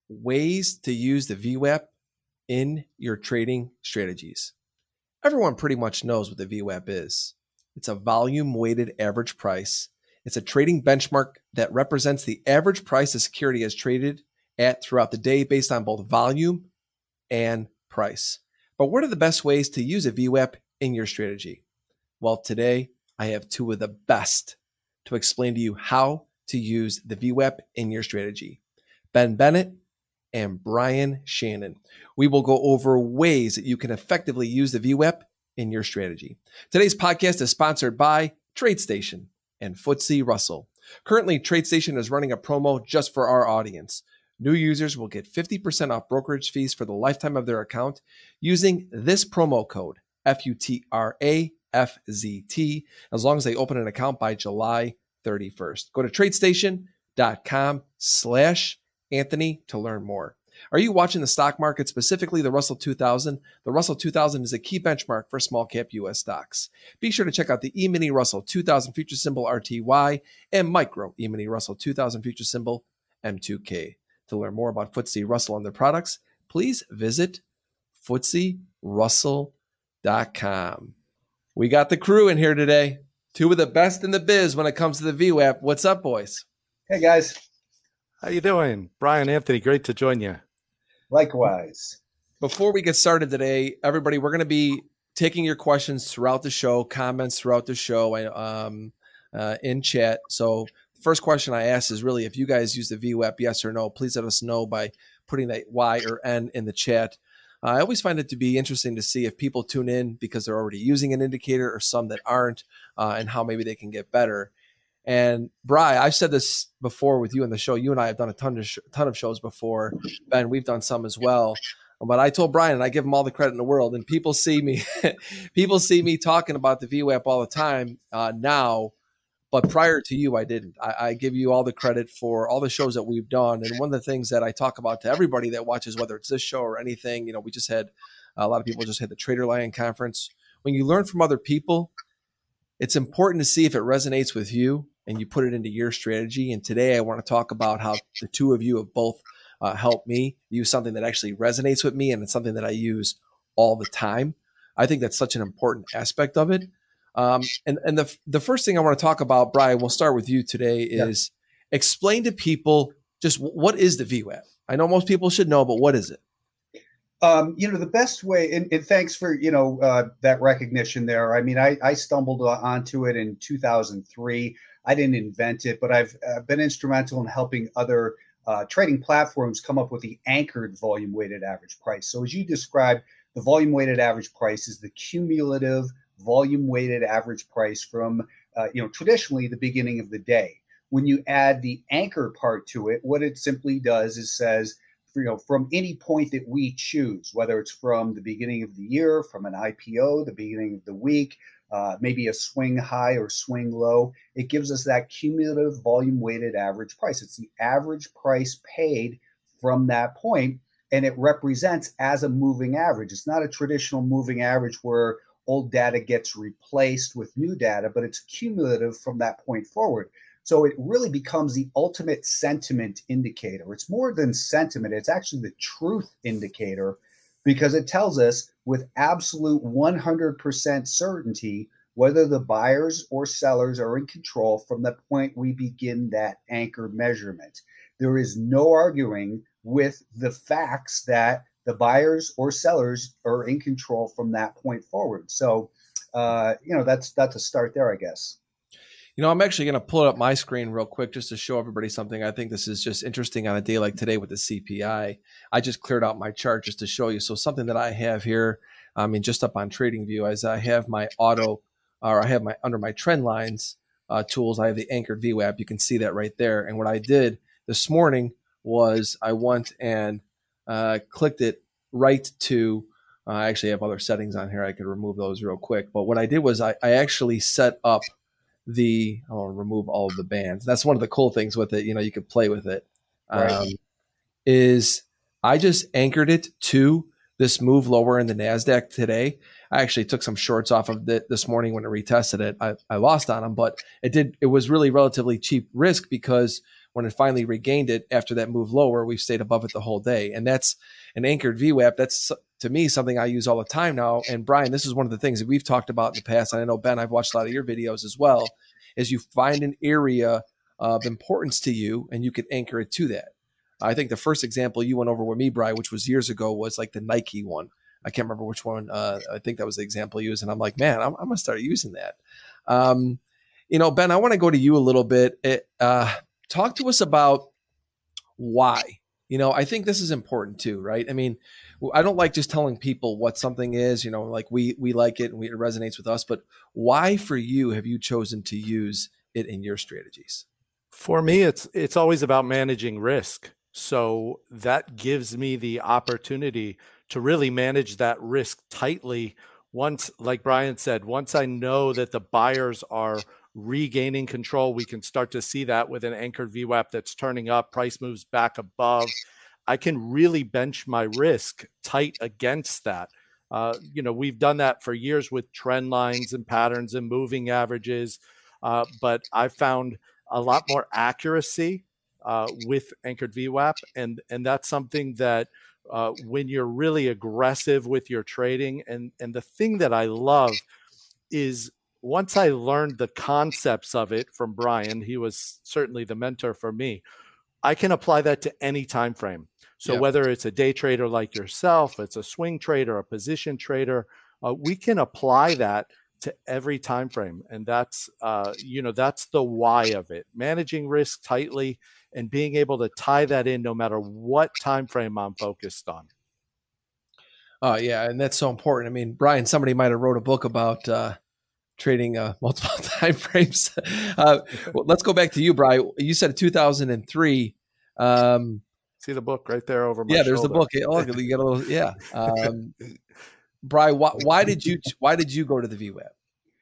ways to use the VWAP in your trading strategies. Everyone pretty much knows what the VWAP is. It's a volume weighted average price. It's a trading benchmark that represents the average price a security has traded at throughout the day based on both volume and price. But what are the best ways to use a VWAP in your strategy? Well, today I have two of the best to explain to you how to use the VWAP in your strategy. Ben Bennett and Brian Shannon. We will go over ways that you can effectively use the VWAP in your strategy. Today's podcast is sponsored by TradeStation and FTSE Russell. Currently, TradeStation is running a promo just for our audience. New users will get 50% off brokerage fees for the lifetime of their account using this promo code, FUTRAFZT, as long as they open an account by July 31st. Go to tradestation.com/Anthony to learn more. Are you watching the stock market, specifically the Russell 2000? The Russell 2000 is a key benchmark for small cap U.S. stocks. Be sure to check out the E-mini Russell 2000 future symbol RTY and micro E-mini Russell 2000 future symbol M2K. To learn more about FTSE Russell and their products, please visit FTSERussell.com. We got the crew in here today. Two of the best in the biz when it comes to the VWAP. What's up, boys? Hey, guys. How you doing? Brian, Anthony, great to join you. Likewise. Before we get started today, everybody, we're going to be taking your questions throughout the show, comments throughout the show, in chat. So first question I ask is really if you guys use the VWAP, yes or no, please let us know by putting that Y or N in the chat. I always find it to be interesting to see if people tune in because they're already using an indicator or some that aren't, and how maybe they can get better. And Bri, I've said this before with you on the show. You and I have done a ton of shows before. Ben, we've done some as well. But I told Brian, and I give him all the credit in the world, and people see me talking about the VWAP all the time now. But prior to you, I didn't. I give you all the credit for all the shows that we've done. And one of the things that I talk about to everybody that watches, whether it's this show or anything, we just had a lot of people just had the Trader Lion conference. When you learn from other people, it's important to see if it resonates with you and you put it into your strategy. And today I want to talk about how the two of you have both helped me use something that actually resonates with me. And it's something that I use all the time. I think that's such an important aspect of it. And the first thing I want to talk about, Brian, we'll start with you today, is explain to people just what is the VWAP? I know most people should know, but what is it? The best way, and thanks for, that recognition there. I mean, I stumbled onto it in 2003. I didn't invent it, but I've been instrumental in helping other trading platforms come up with the anchored volume weighted average price. So as you described, the volume weighted average price is the cumulative volume weighted average price from, traditionally the beginning of the day. When you add the anchor part to it, what it simply does is says, from any point that we choose, whether it's from the beginning of the year, from an IPO, the beginning of the week, maybe a swing high or swing low, it gives us that cumulative volume weighted average price. It's the average price paid from that point, and it represents as a moving average. It's not a traditional moving average where old data gets replaced with new data, but it's cumulative from that point forward. So it really becomes the ultimate sentiment indicator. It's more than sentiment. It's actually the truth indicator because it tells us with absolute 100% certainty whether the buyers or sellers are in control from the point we begin that anchor measurement. There is no arguing with the facts that the buyers or sellers are in control from that point forward. So, that's a start there, I guess. I'm actually going to pull up my screen real quick just to show everybody something. I think this is just interesting on a day like today with the CPI. I just cleared out my chart just to show you. So something that I have here, just up on TradingView, as I have my under my trend lines tools, I have the anchored VWAP. You can see that right there. And what I did this morning was I went and clicked it right to, I actually have other settings on here. I could remove those real quick. But what I did was I actually set up I'll remove all of the bands. That's one of the cool things with it. You could play with it. Right. Is I just anchored it to this move lower in the NASDAQ today. I actually took some shorts off of it this morning when I retested it. I lost on them, but it was really relatively cheap risk because when it finally regained it after that move lower, we've stayed above it the whole day. And that's an anchored VWAP. That's, to me, something I use all the time now. And Brian, this is one of the things that we've talked about in the past. And I know, Ben, I've watched a lot of your videos as well, is you find an area of importance to you and you can anchor it to that. I think the first example you went over with me, Brian, which was years ago, was like the Nike one. I can't remember which one. I think that was the example you used. And I'm like, man, I'm going to start using that. Ben, I want to go to you a little bit. Talk to us about why. I think this is important too, right? I mean, I don't like just telling people what something is, like we like it and it resonates with us, but why for you have you chosen to use it in your strategies? For me, it's always about managing risk. So that gives me the opportunity to really manage that risk tightly. Once, like Brian said, once I know that the buyers are regaining control, we can start to see that with an anchored VWAP that's turning up, price moves back above. I can really bench my risk tight against that. We've done that for years with trend lines and patterns and moving averages, but I found a lot more accuracy with anchored VWAP, and that's something that when you're really aggressive with your trading, and the thing that I love is once I learned the concepts of it from Brian, he was certainly the mentor for me, I can apply that to any time frame. So whether it's a day trader like yourself, it's a swing trader, a position trader, we can apply that to every time frame. And that's, that's the why of it. Managing risk tightly and being able to tie that in no matter what time frame I'm focused on. And that's so important. I mean, Brian, somebody might have wrote a book about trading multiple time frames. Let's go back to you, Brian. You said 2003. See the book right there over my shoulder. There's the book. Oh, you get a little, Brian, why did you go to the VWAP?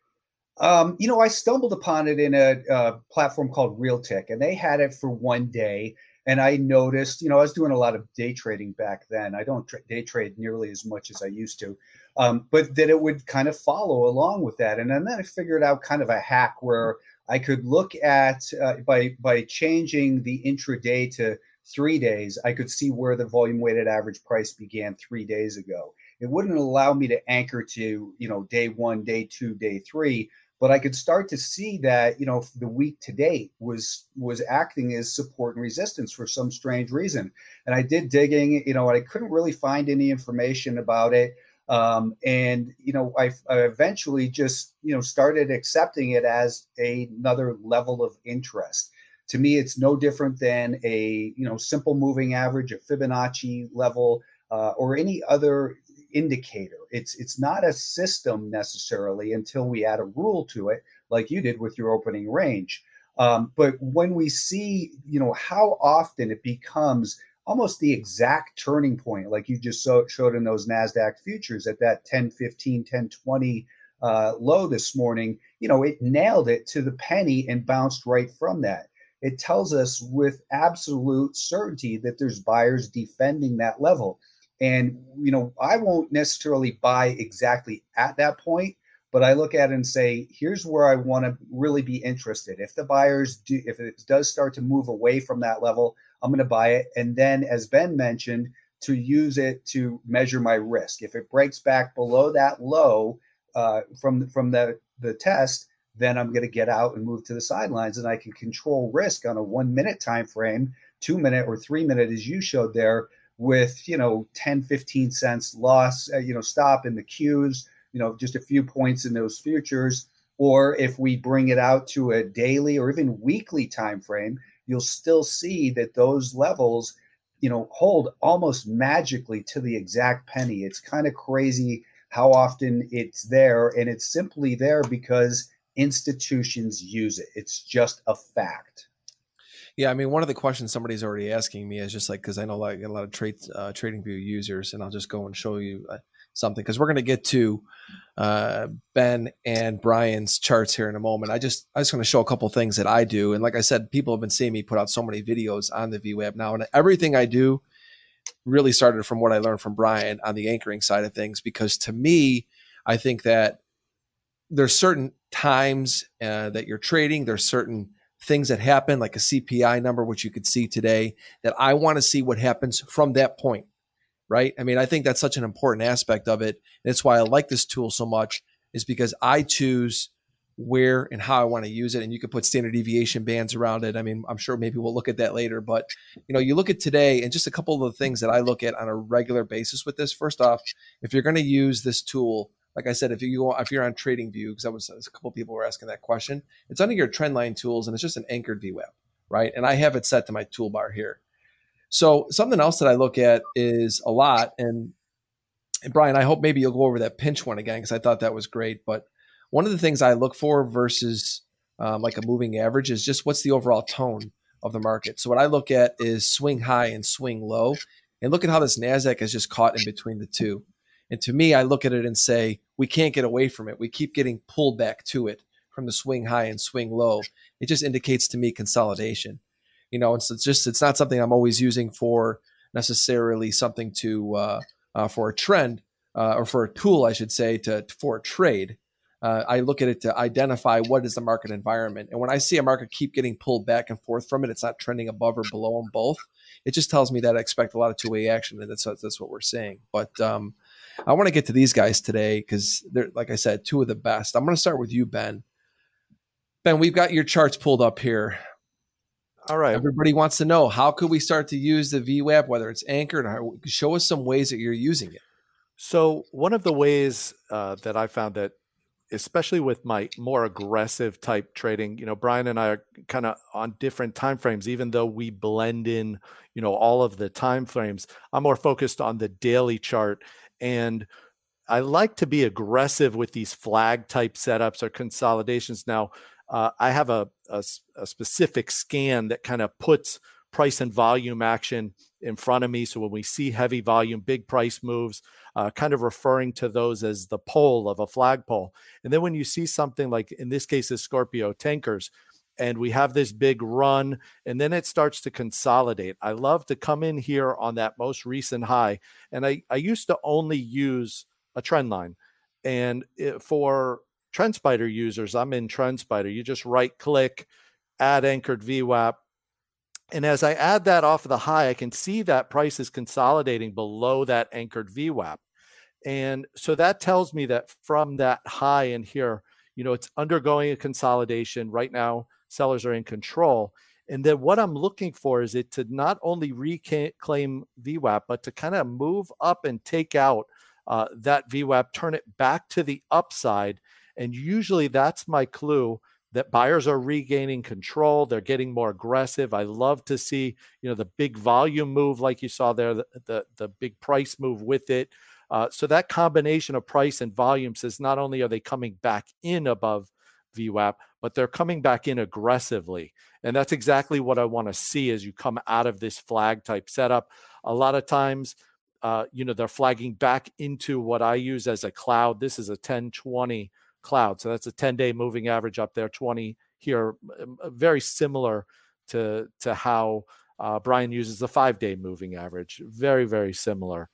I stumbled upon it in a platform called Realtick, and they had it for one day. And I noticed, I was doing a lot of day trading back then. I don't day trade nearly as much as I used to, but that it would kind of follow along with that. And then I figured out kind of a hack where I could look at by changing the intraday to 3 days, I could see where the volume weighted average price began 3 days ago. It wouldn't allow me to anchor to, day 1, day 2, day 3, but I could start to see that, the week to date was acting as support and resistance for some strange reason. And I did digging, I couldn't really find any information about it. I eventually just, started accepting it as another level of interest. To me, it's no different than a, simple moving average, a Fibonacci level, or any other indicator. It's not a system necessarily until we add a rule to it, like you did with your opening range. But when we see, how often it becomes almost the exact turning point, like you just showed in those NASDAQ futures at that 1015, 1020 low this morning, it nailed it to the penny and bounced right from that. It tells us with absolute certainty that there's buyers defending that level. And, I won't necessarily buy exactly at that point, but I look at it and say, here's where I want to really be interested. If the buyers do, if it does start to move away from that level, I'm going to buy it. And then, as Ben mentioned, to use it to measure my risk. If it breaks back below that low from the test, then I'm going to get out and move to the sidelines, and I can control risk on a 1 minute time frame, 2 minute or 3 minute, as you showed there, with 10, 15 cents loss, stop in the Qs, just a few points in those futures. Or if we bring it out to a daily or even weekly time frame, you'll still see that those levels, hold almost magically to the exact penny. It's kind of crazy how often it's there, and it's simply there because institutions use it. It's just a fact. Yeah, I mean, one of the questions somebody's already asking me is just like, because I know I get a lot of TradingView users, and I'll just go and show you something, because we're going to get to Ben and Brian's charts here in a moment. I just want to show a couple things that I do, and like I said, people have been seeing me put out so many videos on the VWAP now, and everything I do really started from what I learned from Brian on the anchoring side of things, because to me, I think that there's certain times that you're trading, there's certain things that happen, like a CPI number, which you could see today, that I want to see what happens from that point, right? I mean, I think that's such an important aspect of it. And that's why I like this tool so much, is because I choose where and how I want to use it. And you could put standard deviation bands around it. I mean, I'm sure maybe we'll look at that later, but you look at today and just a couple of the things that I look at on a regular basis with this. First off, if you're going to use this tool, like I said, if you're on TradingView, because a couple of people were asking that question, it's under your trend line tools and it's just an anchored VWAP, right? And I have it set to my toolbar here. So something else that I look at is a lot, and Brian, I hope maybe you'll go over that pinch one again, because I thought that was great. But one of the things I look for versus like a moving average is just what's the overall tone of the market. So what I look at is swing high and swing low, and look at how this NASDAQ is just caught in between the two. And to me, I look at it and say, we can't get away from it. We keep getting pulled back to it from the swing high and swing low. It just indicates to me consolidation. And so it's not something I'm always using for necessarily something to for a trend or for a tool, I should say, for a trade. I look at it to identify what is the market environment. And when I see a market keep getting pulled back and forth from it, it's not trending above or below them both. It just tells me that I expect a lot of two-way action, and that's what we're seeing. But I want to get to these guys today because they're, like I said, two of the best. I'm going to start with you, Ben. Ben, we've got your charts pulled up here. All right. Everybody wants to know, how could we start to use the VWAP, whether it's anchored, or show us some ways that you're using it. So one of the ways that I found that, especially with my more aggressive type trading, Brian and I are kind of on different time frames, even though we blend in, all of the time frames. I'm more focused on the daily chart, and I like to be aggressive with these flag type setups or consolidations. Now, I have a specific scan that kind of puts price and volume action in front of me. So when we see heavy volume, big price moves, kind of referring to those as the pole of a flagpole. And then when you see something like, in this case, is Scorpio tankers, and we have this big run, and then it starts to consolidate. I love to come in here on that most recent high. And I used to only use a trend line. And for TrendSpider users, I'm in TrendSpider. You just right click, add anchored VWAP. And as I add that off of the high, I can see that price is consolidating below that anchored VWAP. And so that tells me that from that high in here, it's undergoing a consolidation. Right now, sellers are in control. And then what I'm looking for is it to not only reclaim VWAP, but to kind of move up and take out that VWAP, turn it back to the upside. And usually that's my clue that buyers are regaining control. They're getting more aggressive. I love to see, the big volume move like you saw there, the big price move with it. So that combination of price and volume says not only are they coming back in above VWAP, but they're coming back in aggressively. And that's exactly what I want to see as you come out of this flag type setup. A lot of times, they're flagging back into what I use as a cloud. This is a 10-20 cloud. So that's a 10-day moving average up there, 20 here, very similar to how Brian uses the 5-day moving average. Very, very similar.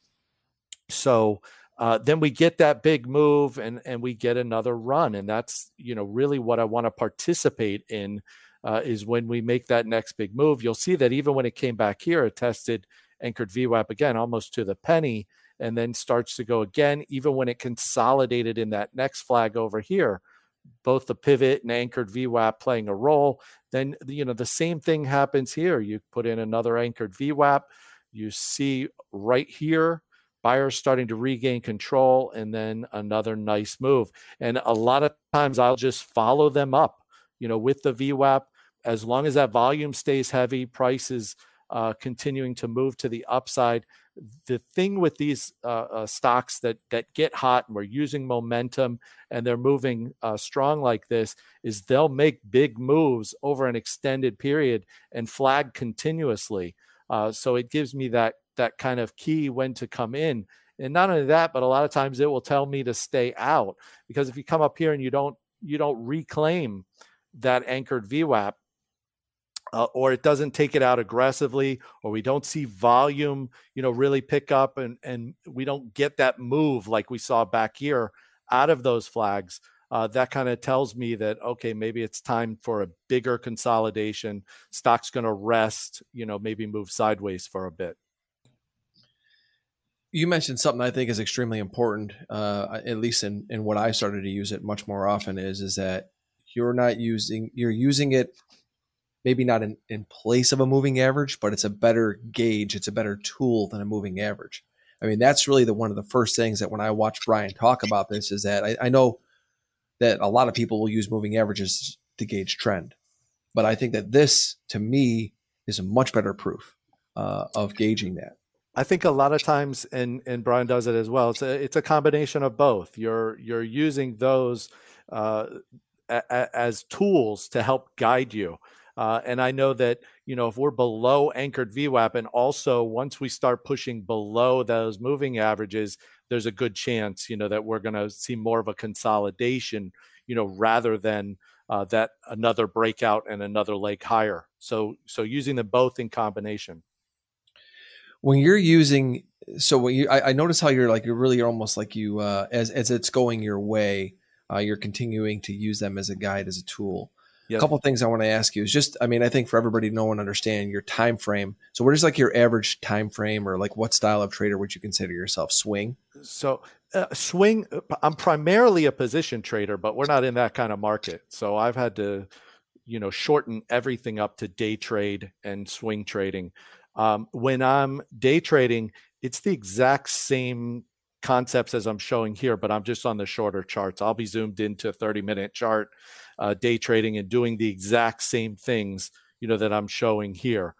So then we get that big move and we get another run. And that's, really what I want to participate in is when we make that next big move. You'll see that even when it came back here, it tested anchored VWAP again, almost to the penny, and then starts to go again, even when it consolidated in that next flag over here, both the pivot and anchored VWAP playing a role. Then, the same thing happens here. You put in another anchored VWAP. You see right here, buyers starting to regain control, and then another nice move. And a lot of times I'll just follow them up, with the VWAP. As long as that volume stays heavy, prices continuing to move to the upside. The thing with these stocks that get hot and we're using momentum and they're moving strong like this is they'll make big moves over an extended period and flag continuously. So it gives me that kind of key when to come in. And not only that, but a lot of times it will tell me to stay out, because if you come up here and you don't reclaim that anchored VWAP, or it doesn't take it out aggressively, or we don't see volume, really pick up, and we don't get that move like we saw back here out of those flags, that kind of tells me that, okay, maybe it's time for a bigger consolidation. Stock's going to rest, maybe move sideways for a bit. You mentioned something I think is extremely important, at least in what I started to use it much more often is that you're using it maybe not in place of a moving average, but it's a better gauge. It's a better tool than a moving average. I mean, that's really one of the first things that when I watch Brian talk about this is that I know that a lot of people will use moving averages to gauge trend, but I think that this, to me, is a much better proof of gauging that. I think a lot of times, and Brian does it as well, it's a combination of both. You're using those as tools to help guide you. And I know that, if we're below anchored VWAP, and also once we start pushing below those moving averages, there's a good chance, that we're going to see more of a consolidation, rather than that another breakout and another leg higher. So using them both in combination. When you're using, I notice how you're really almost like you, as it's going your way, you're continuing to use them as a guide, as a tool. Yep. A couple of things I want to ask you is just, I think for everybody to know and understand your time frame. So what is your average time frame, or what style of trader would you consider yourself? Swing? So swing, I'm primarily a position trader, but we're not in that kind of market. So I've had to, shorten everything up to day trade and swing trading. When I'm day trading, it's the exact same concepts as I'm showing here, but I'm just on the shorter charts. I'll be zoomed into a 30-minute chart, day trading, and doing the exact same things, that I'm showing here.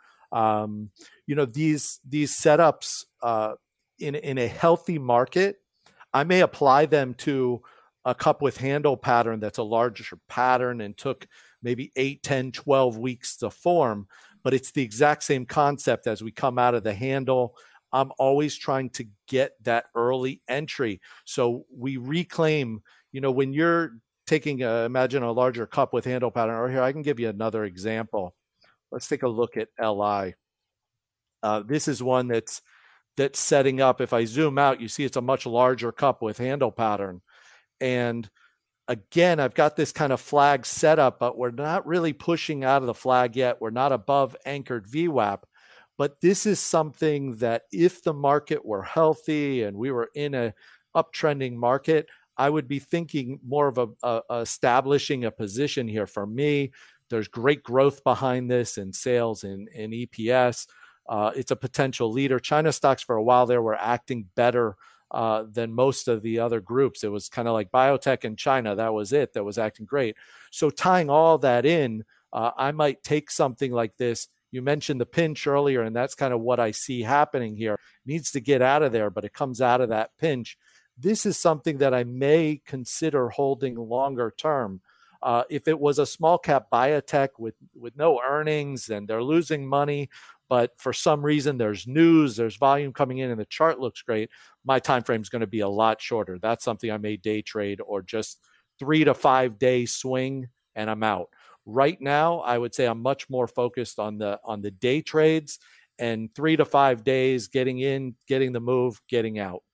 These setups in a healthy market, I may apply them to a cup with handle pattern that's a larger pattern and took maybe 8, 10, 12 weeks to form, but it's the exact same concept as we come out of the handle. I'm always trying to get that early entry. So we reclaim, when you're taking imagine a larger cup with handle pattern, or here, I can give you another example. Let's take a look at LI. This is one that's setting up. If I zoom out, you see it's a much larger cup with handle pattern. And again, I've got this kind of flag set up, but we're not really pushing out of the flag yet. We're not above anchored VWAP. But this is something that if the market were healthy and we were in a uptrending market, I would be thinking more of establishing a position here. For me, there's great growth behind this in sales and EPS. It's a potential leader. China stocks for a while there were acting better than most of the other groups. It was kind of like biotech in China. That was it. That was acting great. So tying all that in, I might take something like this. You mentioned the pinch earlier, and that's kind of what I see happening here. It needs to get out of there, but it comes out of that pinch. This is something that I may consider holding longer term. If it was a small cap biotech with no earnings and they're losing money, but for some reason there's news, there's volume coming in, and the chart looks great, my time frame is going to be a lot shorter. That's something I may day trade, or just 3 to 5 day swing and I'm out. Right now, I would say I'm much more focused on the day trades, and 3 to 5 days, getting in, getting the move, getting out.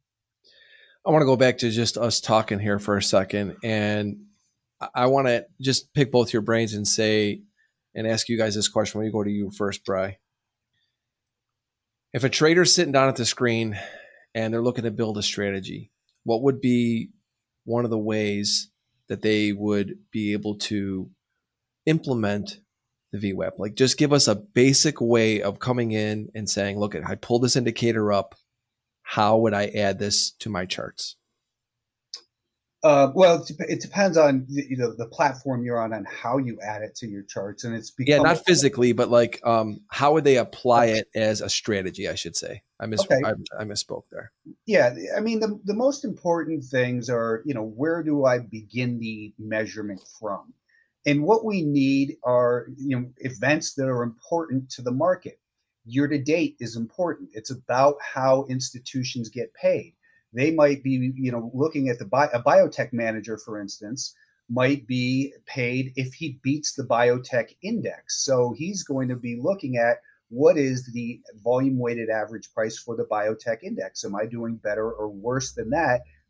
I want to go back to just us talking here for a second, and I want to just pick both your brains and ask you guys this question. Let me go to you first, Bri. If a trader's sitting down at the screen and they're looking to build a strategy, what would be one of the ways that they would be able to implement the VWAP? Just give us a basic way of coming in and saying, look, I pulled this indicator up. How would I add this to my charts? Well, it depends on the platform you're on and how you add it to your charts, and it's not physically, but how would they apply it as a strategy? I should say. I misspoke there. Yeah, the most important things are where do I begin the measurement from, and what we need are events that are important to the market. Year to date is important. It's about how institutions get paid. They might be, looking at a biotech manager, for instance, might be paid if he beats the biotech index. So he's going to be looking at what is the volume weighted average price for the biotech index. Am I doing better or worse than that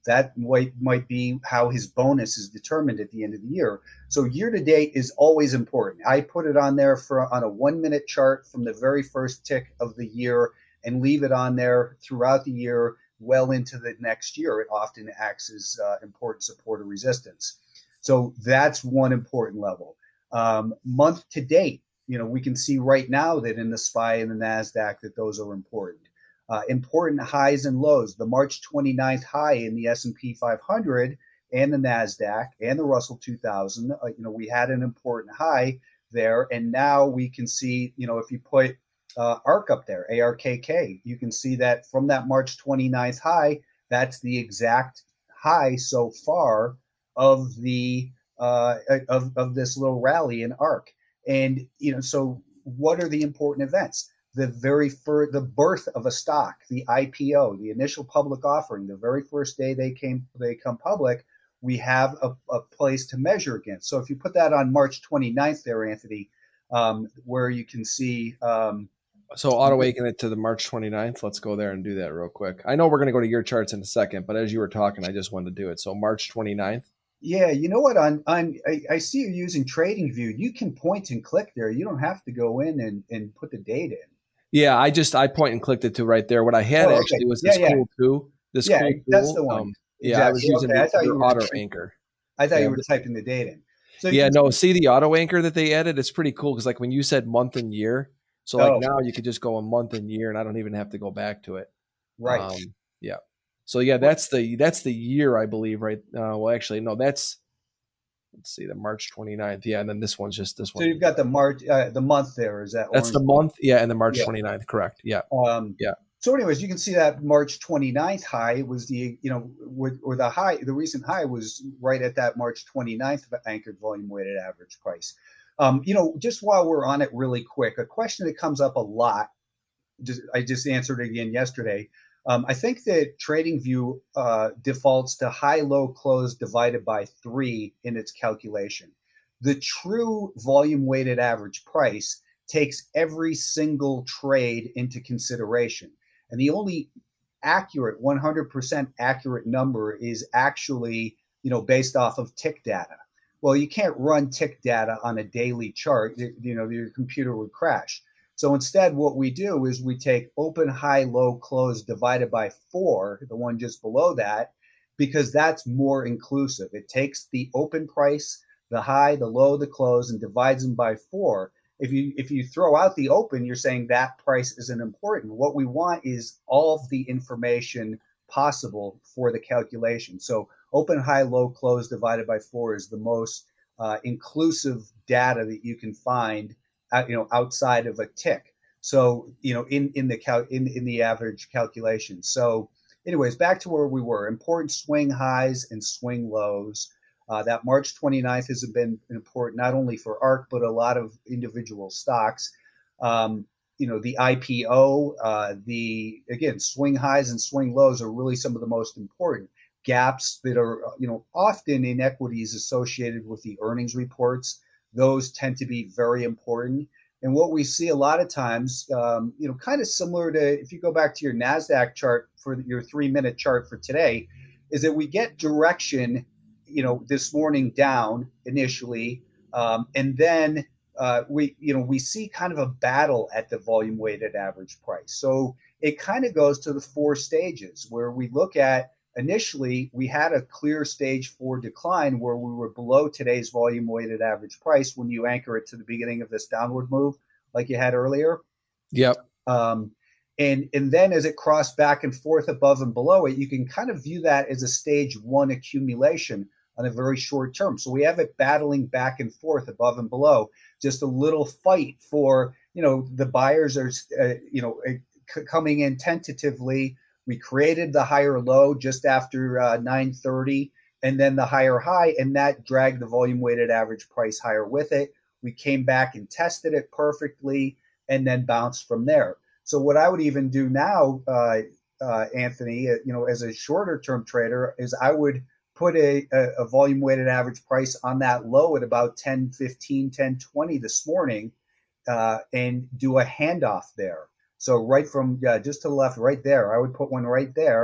that might be how his bonus is determined at the end of the year. So year to date is always important. I put it on there on a 1 minute chart from the very first tick of the year and leave it on there throughout the year, well into the next year. It often acts as important support or resistance. So that's one important level. Month to date, we can see right now that in the SPY and the NASDAQ that those are important. Important highs and lows. The March 29th high in the S&P 500 and the NASDAQ and the Russell 2000, we had an important high there. And now we can see, if you put ARK up there, ARKK, you can see that from that March 29th high, that's the exact high so far of the of this little rally in ARK. And, so what are the important events? The birth of a stock, the IPO, the initial public offering, the very first day they come public, we have a place to measure against. So if you put that on March 29th there, Anthony, where you can see. So auto-awaken it to the March 29th. Let's go there and do that real quick. I know we're going to go to your charts in a second, but as you were talking, I just wanted to do it. So March 29th. Yeah, you know what? I see you're using TradingView. You can point and click there. You don't have to go in and put the date in. Yeah, I point and clicked it to right there. What I had actually was this cool tool. This cool tool. That's the one. Yeah, exactly. I was using the auto anchor. I thought you were typing the date in. So see the auto anchor that they added? It's pretty cool because like when you said month and year, so now you could just go a month and year, and I don't even have to go back to it. Right. Yeah. So yeah, that's the year, I believe, right? Well, actually, no, let's see, the March 29th. Yeah, and then this one's just this one. So you've got the March, the month there. Is that? That's the month. Yeah, and the March 29th. Correct. Yeah. Yeah. So anyways, you can see that March 29th high was the recent high was right at that March 29th anchored volume weighted average price. Just while we're on it really quick, a question that comes up a lot, I just answered it again yesterday. I think that TradingView defaults to high-low close divided by 3 in its calculation. The true volume-weighted average price takes every single trade into consideration. And the only accurate, 100% accurate number is actually, based off of tick data. Well, you can't run tick data on a daily chart. Your computer would crash. So instead, what we do is we take open, high, low, close divided by 4, the one just below that, because that's more inclusive. It takes the open price, the high, the low, the close, and divides them by 4. If you throw out the open, you're saying that price isn't important. What we want is all of the information possible for the calculation. So open, high, low, close divided by 4 is the most inclusive data that you can find outside of a tick. So, in the average calculation. So anyways, back to where we were, important swing highs and swing lows. That March 29th has been important, not only for ARK, but a lot of individual stocks. The IPO, again, swing highs and swing lows are really some of the most important gaps that are, often in equities associated with the earnings reports. Those tend to be very important. And what we see a lot of times, kind of similar to if you go back to your NASDAQ chart for your 3-minute chart for today, is that we get direction, this morning down initially. And then we see kind of a battle at the volume weighted average price. So it kind of goes to the 4 stages where we look at initially, we had a clear stage 4 decline where we were below today's volume weighted average price when you anchor it to the beginning of this downward move, like you had earlier. Yep. And then as it crossed back and forth above and below it, you can kind of view that as a stage 1 accumulation on a very short term. So we have it battling back and forth above and below, just a little fight for, the buyers are, coming in tentatively. We created the higher low just after 9:30 and then the higher high, and that dragged the volume weighted average price higher with it. We came back and tested it perfectly and then bounced from there. So what I would even do now, Anthony, as a shorter term trader, is I would put a volume weighted average price on that low at about 10:15, 10:20 this morning and do a handoff there. So right from just to the left, right there, I would put one right there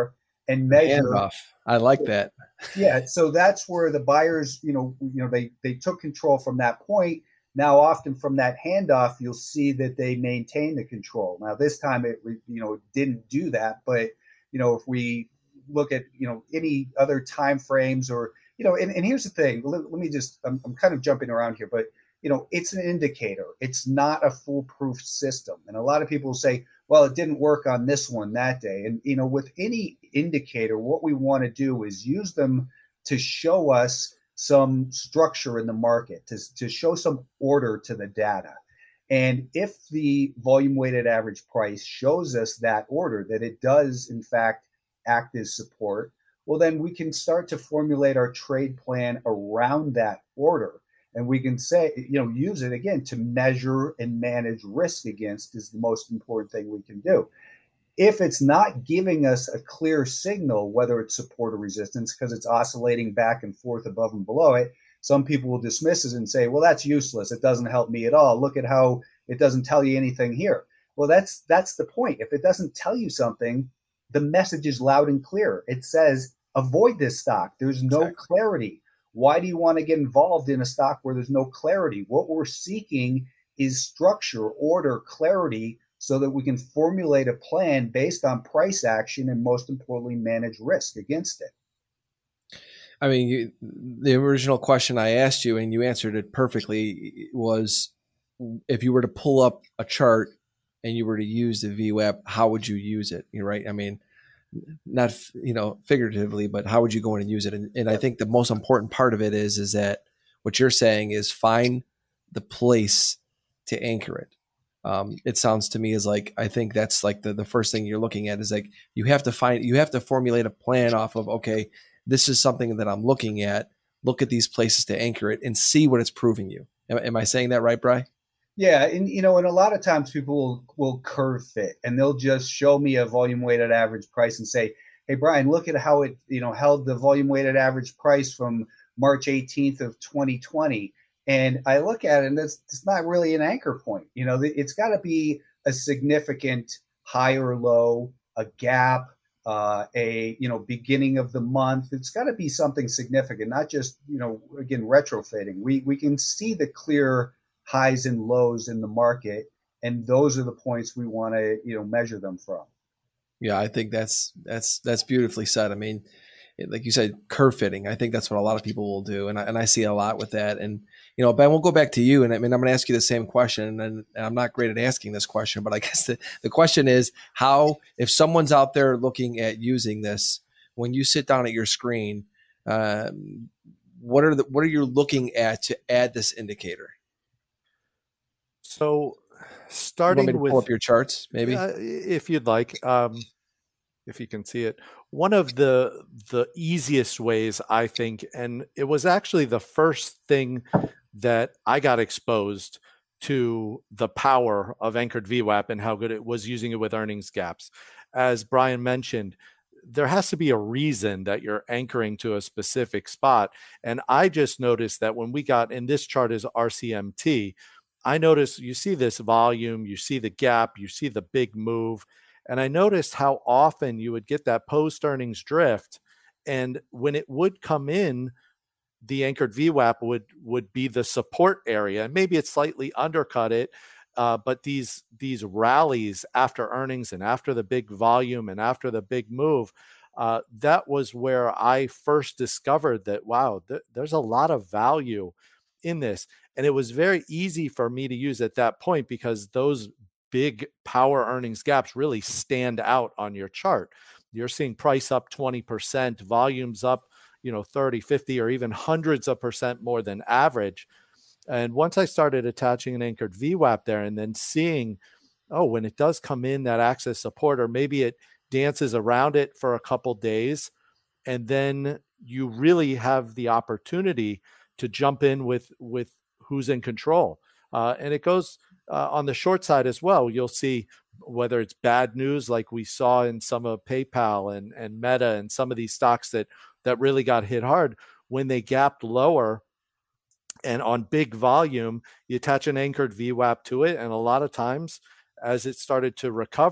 and measure. Handoff. I like that. Yeah, so that's where the buyers, they took control from that point. Now, often from that handoff, you'll see that they maintain the control. Now, this time it didn't do that, but if we look at any other time frames, or and here's the thing. Let me just I'm kind of jumping around here, but it's an indicator. It's not a foolproof system. And a lot of people say, well, it didn't work on this one that day. And, with any indicator, what we want to do is use them to show us some structure in the market, to show some order to the data. And if the volume weighted average price shows us that order, that it does, in fact, act as support, well, then we can start to formulate our trade plan around that order. And we can say, use it again to measure and manage risk against is the most important thing we can do. If it's not giving us a clear signal, whether it's support or resistance, because it's oscillating back and forth above and below it, some people will dismiss it and say, well, that's useless. It doesn't help me at all. Look at how it doesn't tell you anything here. Well, that's the point. If it doesn't tell you something, the message is loud and clear. It says, avoid this stock. There's no clarity. Why do you want to get involved in a stock where there's no clarity? What we're seeking is structure, order, clarity, so that we can formulate a plan based on price action and, most importantly, manage risk against it. I mean, the original question I asked you, and you answered it perfectly, was if you were to pull up a chart and you were to use the VWAP, how would you use it? You're right. I mean, not figuratively, but how would you go in and use it? And I think the most important part of it is that what you're saying is find the place to anchor it. It sounds to me as like, I think that's like the first thing you're looking at is like, you have to formulate a plan off of, okay, this is something that I'm looking at. Look at these places to anchor it and see what it's proving you. Am I saying that right, Bri? Yeah, and and a lot of times people will curve fit, and they'll just show me a volume weighted average price and say, "Hey, Brian, look at how it held the volume weighted average price from March 18th of 2020." And I look at it, and it's not really an anchor point. It's got to be a significant high or low, a gap, a beginning of the month. It's got to be something significant, not just again retrofitting. We can see the clear highs and lows in the market, and those are the points we want to measure them from. Yeah, I think that's beautifully said. I mean, like you said, curve fitting. I think that's what a lot of people will do, and I see a lot with that. And Ben, we'll go back to you, and I mean, I'm going to ask you the same question, and I'm not great at asking this question, but I guess the question is how, if someone's out there looking at using this, when you sit down at your screen, what are you looking at to add this indicator? So starting with, pull up your charts, maybe if you'd like, if you can see it, one of the easiest ways, I think, and it was actually the first thing that I got exposed to the power of anchored VWAP and how good it was using it with earnings gaps. As Brian mentioned, there has to be a reason that you're anchoring to a specific spot. And I just noticed that when we got, in this chart is RCMT, I noticed you see this volume, you see the gap, you see the big move. And I noticed how often you would get that post earnings drift. And when it would come in, the anchored VWAP would be the support area. And maybe it slightly undercut it. But these rallies after earnings and after the big volume and after the big move, that was where I first discovered that, wow, there's a lot of value in this. And it was very easy for me to use at that point because those big power earnings gaps really stand out on your chart. You're seeing price up 20%, volumes up, 30, 50, or even hundreds of percent more than average. And once I started attaching an anchored VWAP there and then seeing, oh, when it does come in that access support, or maybe it dances around it for a couple days, and then you really have the opportunity to jump in with who's in control. And it goes on the short side as well. You'll see whether it's bad news like we saw in some of PayPal and Meta and some of these stocks that really got hit hard when they gapped lower. And on big volume, you attach an anchored VWAP to it. And a lot of times as it started to recover,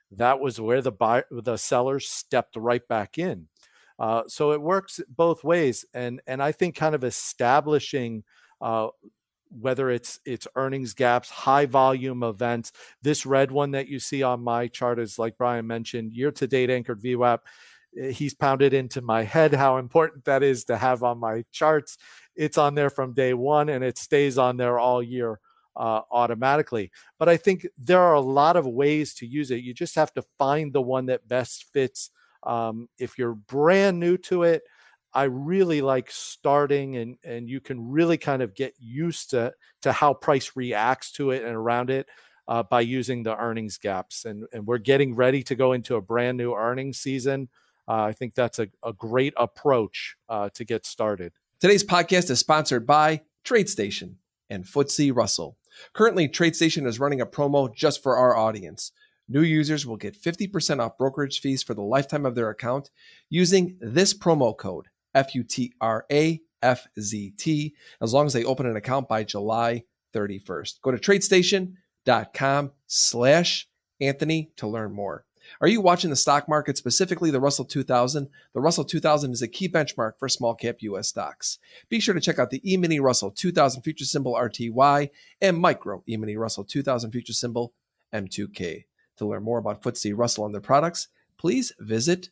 that was where the sellers stepped right back in. So it works both ways. And I think kind of establishing whether it's earnings gaps, high volume events. This red one that you see on my chart is, like Brian mentioned, year-to-date anchored VWAP. He's pounded into my head how important that is to have on my charts. It's on there from day one, and it stays on there all year automatically. But I think there are a lot of ways to use it. You just have to find the one that best fits. If you're brand new to it, I really like starting, and you can really kind of get used to how price reacts to it and around it by using the earnings gaps. And we're getting ready to go into a brand new earnings season. I think that's a great approach to get started. Today's podcast is sponsored by TradeStation and FTSE Russell. Currently, TradeStation is running a promo just for our audience. New users will get 50% off brokerage fees for the lifetime of their account using this promo code, FUTRAFZT, as long as they open an account by July 31st. Go to tradestation.com/Anthony to learn more. Are you watching the stock market, specifically the Russell 2000? The Russell 2000 is a key benchmark for small cap U.S. stocks. Be sure to check out the E-mini Russell 2000 future symbol RTY and micro E-mini Russell 2000 future symbol M2K. To learn more about FTSE Russell and their products, please visit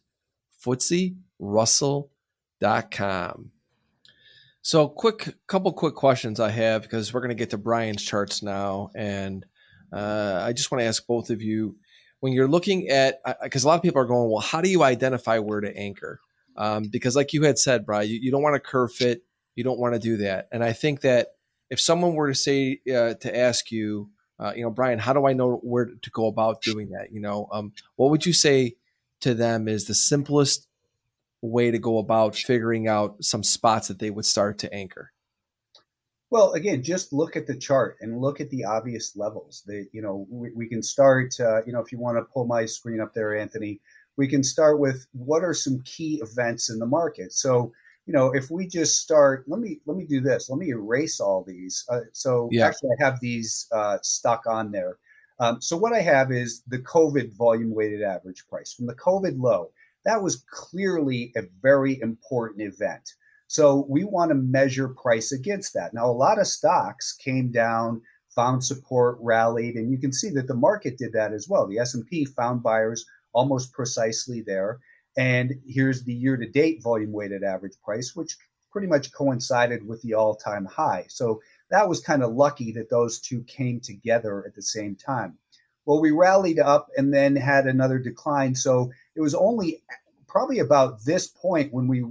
FTSERussell.com. So couple quick questions I have, because we're going to get to Brian's charts now. And I just want to ask both of you, when you're looking at, because a lot of people are going, well, how do you identify where to anchor? Because like you had said, Brian, you don't want to curve fit. You don't want to do that. And I think that if someone were to say, to ask you, Brian, how do I know where to go about doing that? What would you say to them is the simplest way to go about figuring out some spots that they would start to anchor? Well, again, just look at the chart and look at the obvious levels. We can start, if you want to pull my screen up there, Anthony, we can start with what are some key events in the market. So, if we just start, let me do this. Let me erase all these. Actually, I have these stuck on there. So what I have is the COVID volume weighted average price from the COVID low. That was clearly a very important event. So we want to measure price against that. Now, a lot of stocks came down, found support, rallied, and you can see that the market did that as well. The S&P found buyers almost precisely there. And here's the year-to-date volume-weighted average price, which pretty much coincided with the all-time high. So that was kind of lucky that those two came together at the same time. Well, we rallied up and then had another decline. So it was only probably about this point when we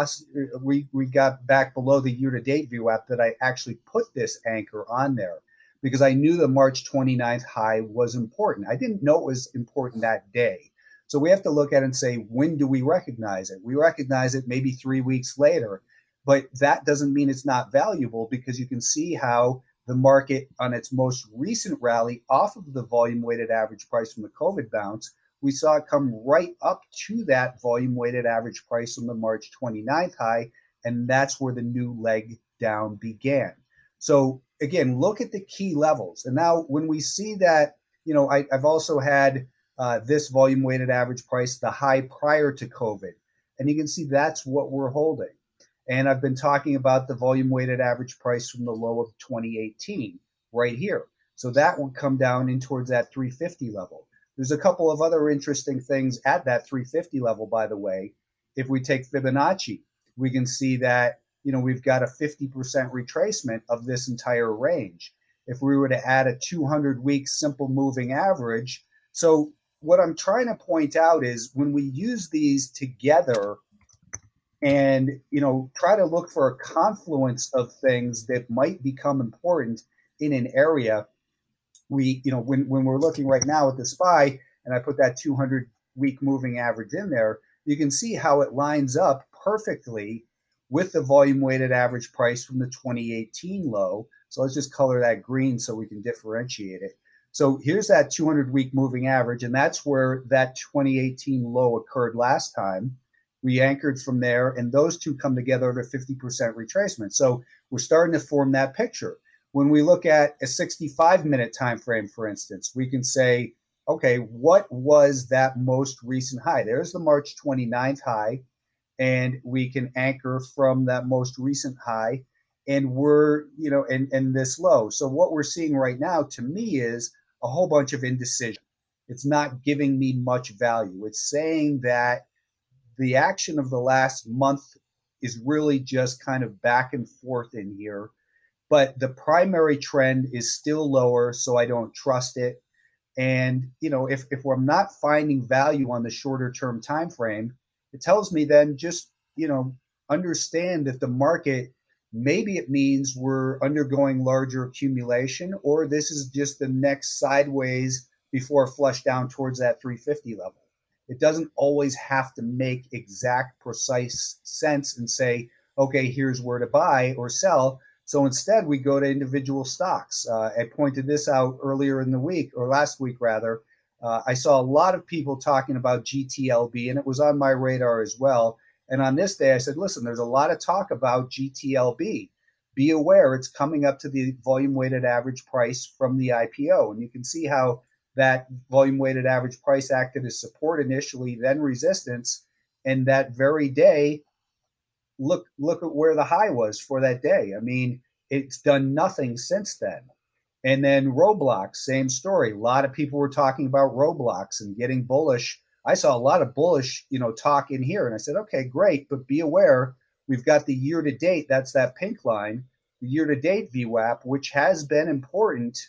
got back below the year-to-date VWAP that I actually put this anchor on there, because I knew the March 29th high was important. I didn't know it was important that day. So we have to look at it and say, when do we recognize it? We recognize it maybe 3 weeks later, but that doesn't mean it's not valuable, because you can see how the market on its most recent rally off of the volume weighted average price from the COVID bounce, we saw it come right up to that volume weighted average price on the March 29th high. And that's where the new leg down began. So again, look at the key levels. And now when we see that, I've also had this volume weighted average price, the high prior to COVID. And you can see that's what we're holding. And I've been talking about the volume weighted average price from the low of 2018 right here. So that will come down in towards that 350 level. There's a couple of other interesting things at that 350 level, by the way. If we take Fibonacci, we can see that, we've got a 50% retracement of this entire range. If we were to add a 200-week simple moving average. So what I'm trying to point out is when we use these together and, try to look for a confluence of things that might become important in an area, when we're looking right now at the SPY, and I put that 200-week moving average in there, you can see how it lines up perfectly with the volume weighted average price from the 2018 low. So let's just color that green so we can differentiate it. So here's that 200-week moving average, and that's where that 2018 low occurred last time. We anchored from there, and those two come together at a 50% retracement. So we're starting to form that picture. When we look at a 65-minute time frame, for instance, we can say okay, what was that most recent high? There's the March 29th high, and we can anchor from that most recent high, and we're, and this low. So what we're seeing right now to me is a whole bunch of indecision. It's not giving me much value. It's saying that the action of the last month is really just kind of back and forth in here, but the primary trend is still lower, so I don't trust it. And if I'm not finding value on the shorter term time frame, it tells me then just understand that the market, maybe it means we're undergoing larger accumulation, or this is just the next sideways before flush down towards that 350 level. It doesn't always have to make exact, precise sense and say, okay, here's where to buy or sell. So instead, we go to individual stocks. I pointed this out earlier in the week, or last week rather. I saw a lot of people talking about GTLB, and it was on my radar as well. And on this day, I said, listen, there's a lot of talk about GTLB. Be aware it's coming up to the volume weighted average price from the IPO. And you can see how that volume weighted average price acted as support initially, then resistance. And that very day, look at where the high was for that day. I mean, it's done nothing since then. And then Roblox, same story. A lot of people were talking about Roblox and getting bullish. I saw a lot of bullish, talk in here. And I said, okay, great, but be aware, we've got the year to date. That's that pink line, the year to date VWAP, which has been important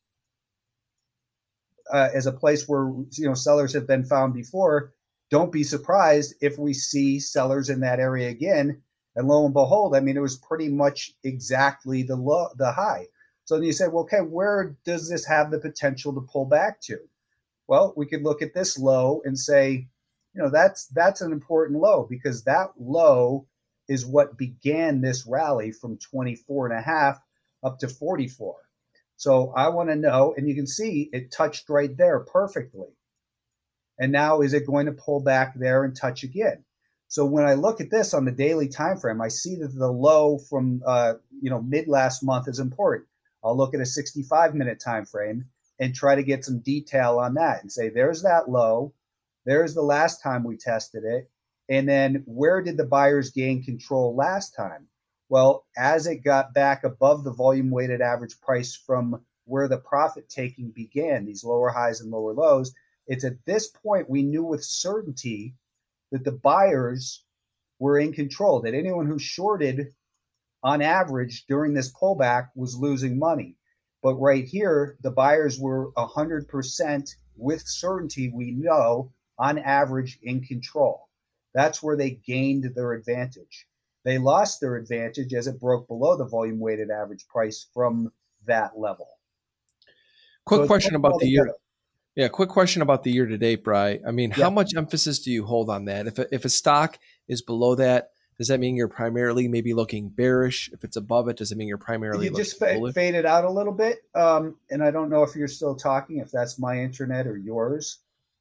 as a place where, sellers have been found before. Don't be surprised if we see sellers in that area again. And lo and behold, I mean, it was pretty much exactly the high. So then you say, well, okay, where does this have the potential to pull back to? Well, we could look at this low and say, that's an important low, because that low is what began this rally from 24.5 up to 44. So I want to know, and you can see it touched right there perfectly. And now is it going to pull back there and touch again? So when I look at this on the daily time frame, I see that the low from mid last month is important. I'll look at a 65-minute time frame and try to get some detail on that and say, there's that low, there's the last time we tested it, and then where did the buyers gain control last time? Well, as it got back above the volume weighted average price from where the profit taking began, these lower highs and lower lows, it's at this point we knew with certainty that the buyers were in control, that anyone who shorted on average during this pullback was losing money. But right here, the buyers were 100% with certainty, we know, on average in control. That's where they gained their advantage. They lost their advantage as it broke below the volume weighted average price from that level. Quick question about the year. Yeah, quick question about the year to date, Bri. I mean, how much emphasis do you hold on that? If a stock is below that, does that mean you're primarily maybe looking bearish? If it's above it, does it mean you're primarily you just bullish? Faded out a little bit? And I don't know if you're still talking, if that's my internet or yours.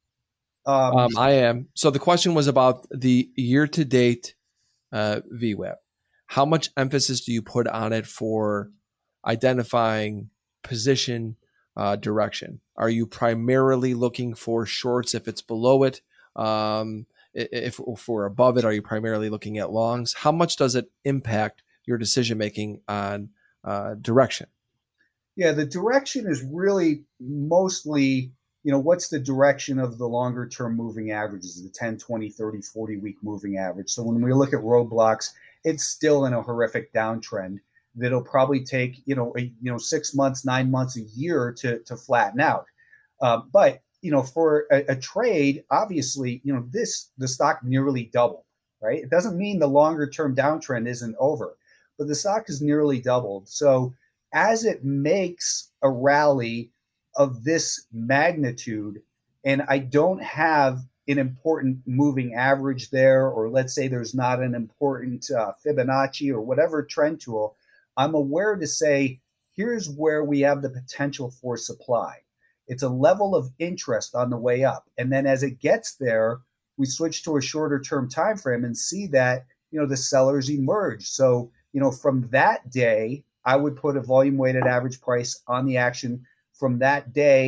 I am. So the question was about the year to date VWAP. How much emphasis do you put on it for identifying position direction? Are you primarily looking for shorts if it's below it? If we're above it, are you primarily looking at longs? How much does it impact your decision making on direction? Yeah, the direction is really mostly, what's the direction of the longer term moving averages, the 10, 20, 30, 40 week moving average. So when we look at Roblox, it's still in a horrific downtrend that'll probably take, 6 months, 9 months, a year to flatten out. But for a trade, obviously, the stock nearly doubled, right? It doesn't mean the longer term downtrend isn't over, but the stock has nearly doubled. So as it makes a rally of this magnitude, and I don't have an important moving average there, or let's say there's not an important Fibonacci or whatever trend tool, I'm aware to say, here's where we have the potential for supply. It's a level of interest on the way up. And then as it gets there, we switch to a shorter term time frame and see that, the sellers emerge. So, from that day, I would put a volume weighted average price on the action from that day,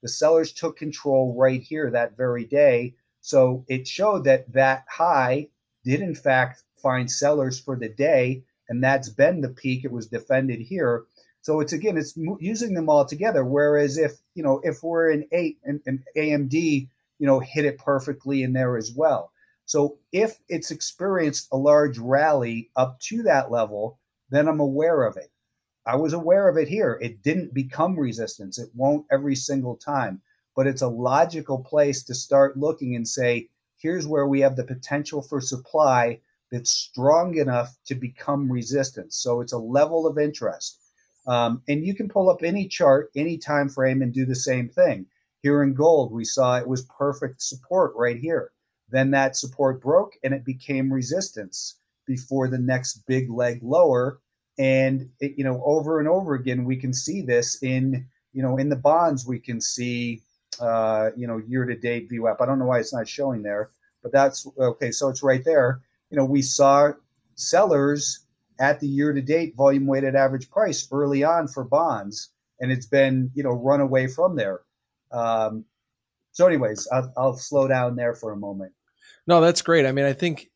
The sellers took control right here that very day. So it showed that that high did in fact find sellers for the day, and that's been the peak. It was defended here. So it's using them all together. Whereas if we're in 8 and AMD, hit it perfectly in there as well. So if it's experienced a large rally up to that level, then I'm aware of it. I was aware of it here. It didn't become resistance. It won't every single time, but it's a logical place to start looking and say, here's where we have the potential for supply that's strong enough to become resistance. So it's a level of interest. And you can pull up any chart, any time frame, and do the same thing. Here in gold, we saw it was perfect support right here. Then that support broke and it became resistance before the next big leg lower. And over and over again, we can see this in the bonds. We can see year-to-date VWAP. I don't know why it's not showing there, but that's okay. So it's right there. We saw sellers at the year-to-date volume weighted average price early on for bonds, and it's been run away from there. So anyways, I'll slow down there for a moment. No, that's great. I mean, I think,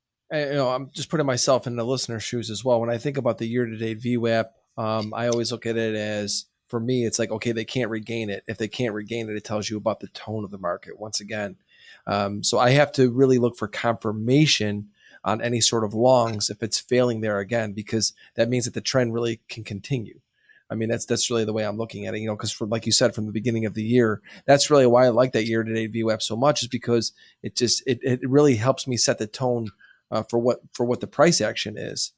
I'm just putting myself in the listener's shoes as well. When I think about the year-to-date VWAP, I always look at it as, for me, it's like, okay, they can't regain it. If they can't regain it, it tells you about the tone of the market once again. So I have to really look for confirmation on any sort of longs if it's failing there again, because that means that the trend really can continue. I mean, that's really the way I'm looking at it, because like you said, from the beginning of the year, that's really why I like that year-to-date VWAP so much, is because it really helps me set the tone for what the price action is.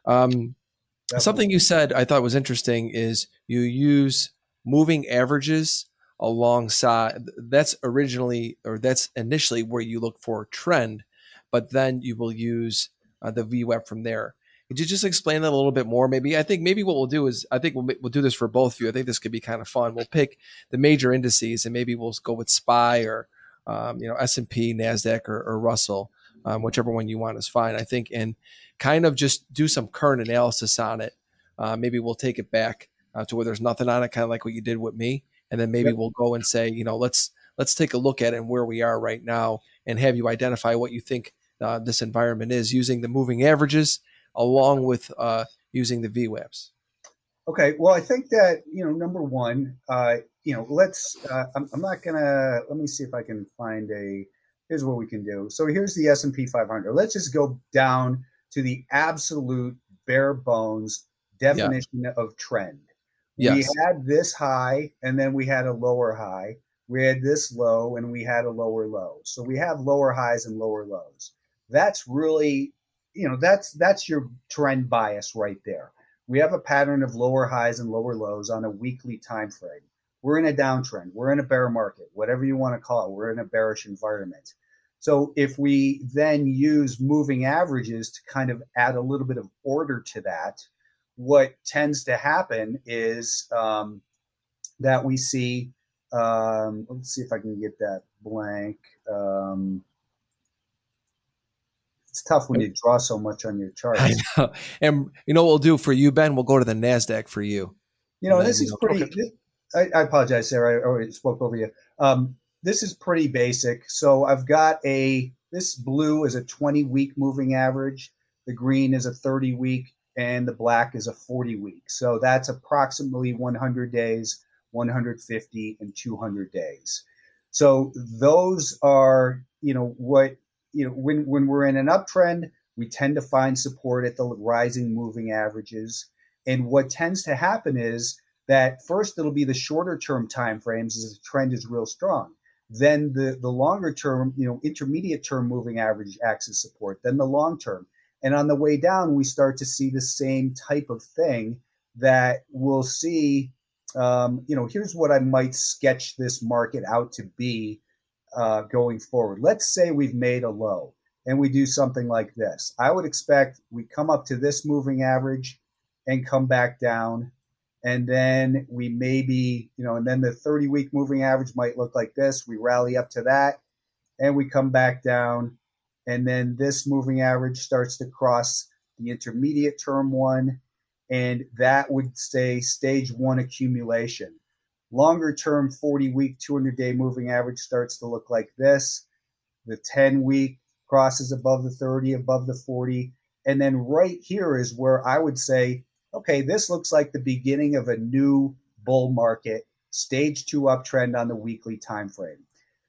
Something you said I thought was interesting is you use moving averages alongside. That's initially where you look for a trend, but then you will use the VWAP from there. Could you just explain that a little bit more? I think what we'll do is we'll do this for both of you. I think this could be kind of fun. We'll pick the major indices and maybe we'll go with SPY or S&P, NASDAQ, or Russell, whichever one you want is fine. I think, and kind of just do some current analysis on it. Maybe we'll take it back to where there's nothing on it, kind of like what you did with me, and then maybe we'll go and say, let's take a look at it and where we are right now, and have you identify what you think this environment is using the moving averages along with using the VWAPs. Okay. Well, I think that, number one, let's, I'm not going to, let me see if I can find here's what we can do. So here's the S&P 500. Let's just go down to the absolute bare bones definition of trend. Yes. We had this high and then we had a lower high. We had this low and we had a lower low. So we have lower highs and lower lows. That's really, that's your trend bias right there. We have a pattern of lower highs and lower lows on a weekly time frame. We're in a downtrend. We're in a bear market, whatever you want to call it. We're in a bearish environment. So if we then use moving averages to kind of add a little bit of order to that, what tends to happen is that we see, let's see if I can get that blank. It's tough when you draw so much on your chart. I know. And what we'll do for you, Ben? We'll go to the NASDAQ for you. This is pretty, I apologize, Sarah. I already spoke over you. This is pretty basic. So I've got this blue is a 20-week moving average. The green is a 30-week and the black is a 40-week. So that's approximately 100 days, 150 and 200 days. So those are, when we're in an uptrend, we tend to find support at the rising moving averages. And what tends to happen is that first it'll be the shorter term time frames as the trend is real strong. Then the longer term, intermediate term moving average acts as support, then the long term. And on the way down, we start to see the same type of thing that we'll see. Here's what I might sketch this market out to be going forward. Let's say we've made a low and we do something like this. I would expect we come up to this moving average and come back down. And then we maybe, and then the 30-week moving average might look like this. We rally up to that and we come back down. And then this moving average starts to cross the intermediate term one. And that would say stage one accumulation. Longer term 40-week, 200-day moving average starts to look like this. The 10-week crosses above the 30, above the 40. And then right here is where I would say, okay, this looks like the beginning of a new bull market, stage 2 uptrend on the weekly time frame.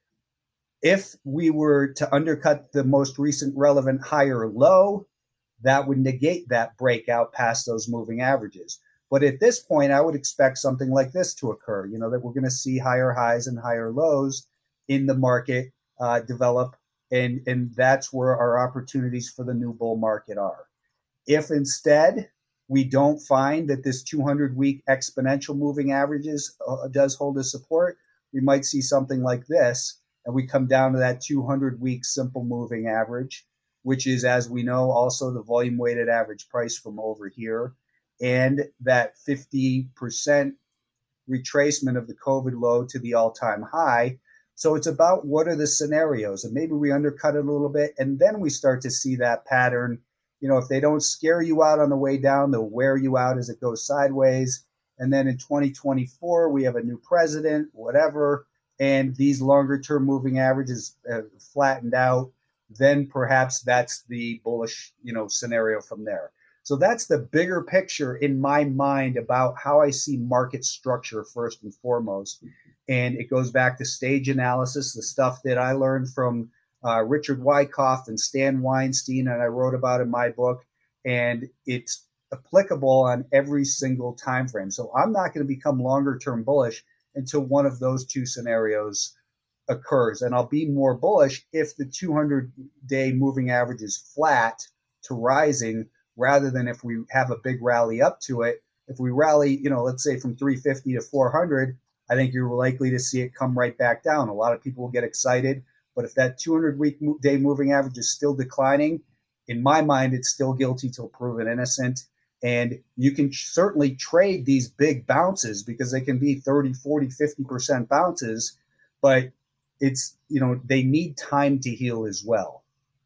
If we were to undercut the most recent relevant higher low, that would negate that breakout past those moving averages. But at this point, I would expect something like this to occur, that we're going to see higher highs and higher lows in the market develop. And that's where our opportunities for the new bull market are. If instead we don't find that this 200-week exponential moving averages does hold a support, we might see something like this, and we come down to that 200-week simple moving average, which is, as we know, also the volume weighted average price from over here, and that 50% retracement of the COVID low to the all-time high. So it's about what are the scenarios, and maybe we undercut it a little bit, and then we start to see that pattern. If they don't scare you out on the way down, they'll wear you out as it goes sideways. And then in 2024, we have a new president, whatever, and these longer term moving averages flattened out. Then perhaps that's the bullish, scenario from there. So that's the bigger picture in my mind about how I see market structure first and foremost. And it goes back to stage analysis, the stuff that I learned from Richard Wyckoff and Stan Weinstein, and I wrote about in my book. And it's applicable on every single time frame. So I'm not going to become longer term bullish until one of those two scenarios occurs. And I'll be more bullish if the 200-day moving average is flat to rising, rather than if we have a big rally up to it. If we rally, let's say from 350 to 400, I think you're likely to see it come right back down. A lot of people will get excited. But if that 200-day moving average is still declining, in my mind, it's still guilty till proven innocent. And you can certainly trade these big bounces because they can be 30, 40, 50% bounces, but it's, they need time to heal as well.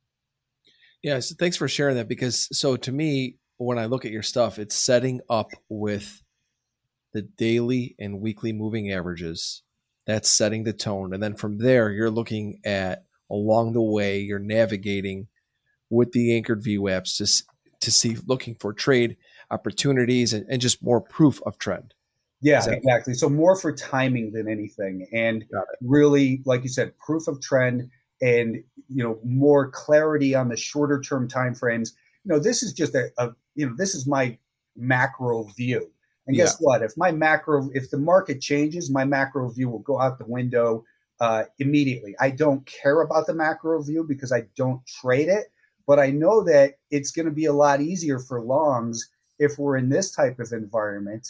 Yeah. So thanks for sharing that, because so to me, when I look at your stuff, it's setting up with the daily and weekly moving averages. That's setting the tone. And then from there, you're looking at along the way, you're navigating with the anchored VWAPs to see, looking for trade opportunities and just more proof of trend. Yeah, exactly. So more for timing than anything. And really, like you said, proof of trend and, more clarity on the shorter term timeframes. This is just this is my macro view. And guess what? If the market changes, my macro view will go out the window immediately. I don't care about the macro view because I don't trade it, but I know that it's going to be a lot easier for longs if we're in this type of environment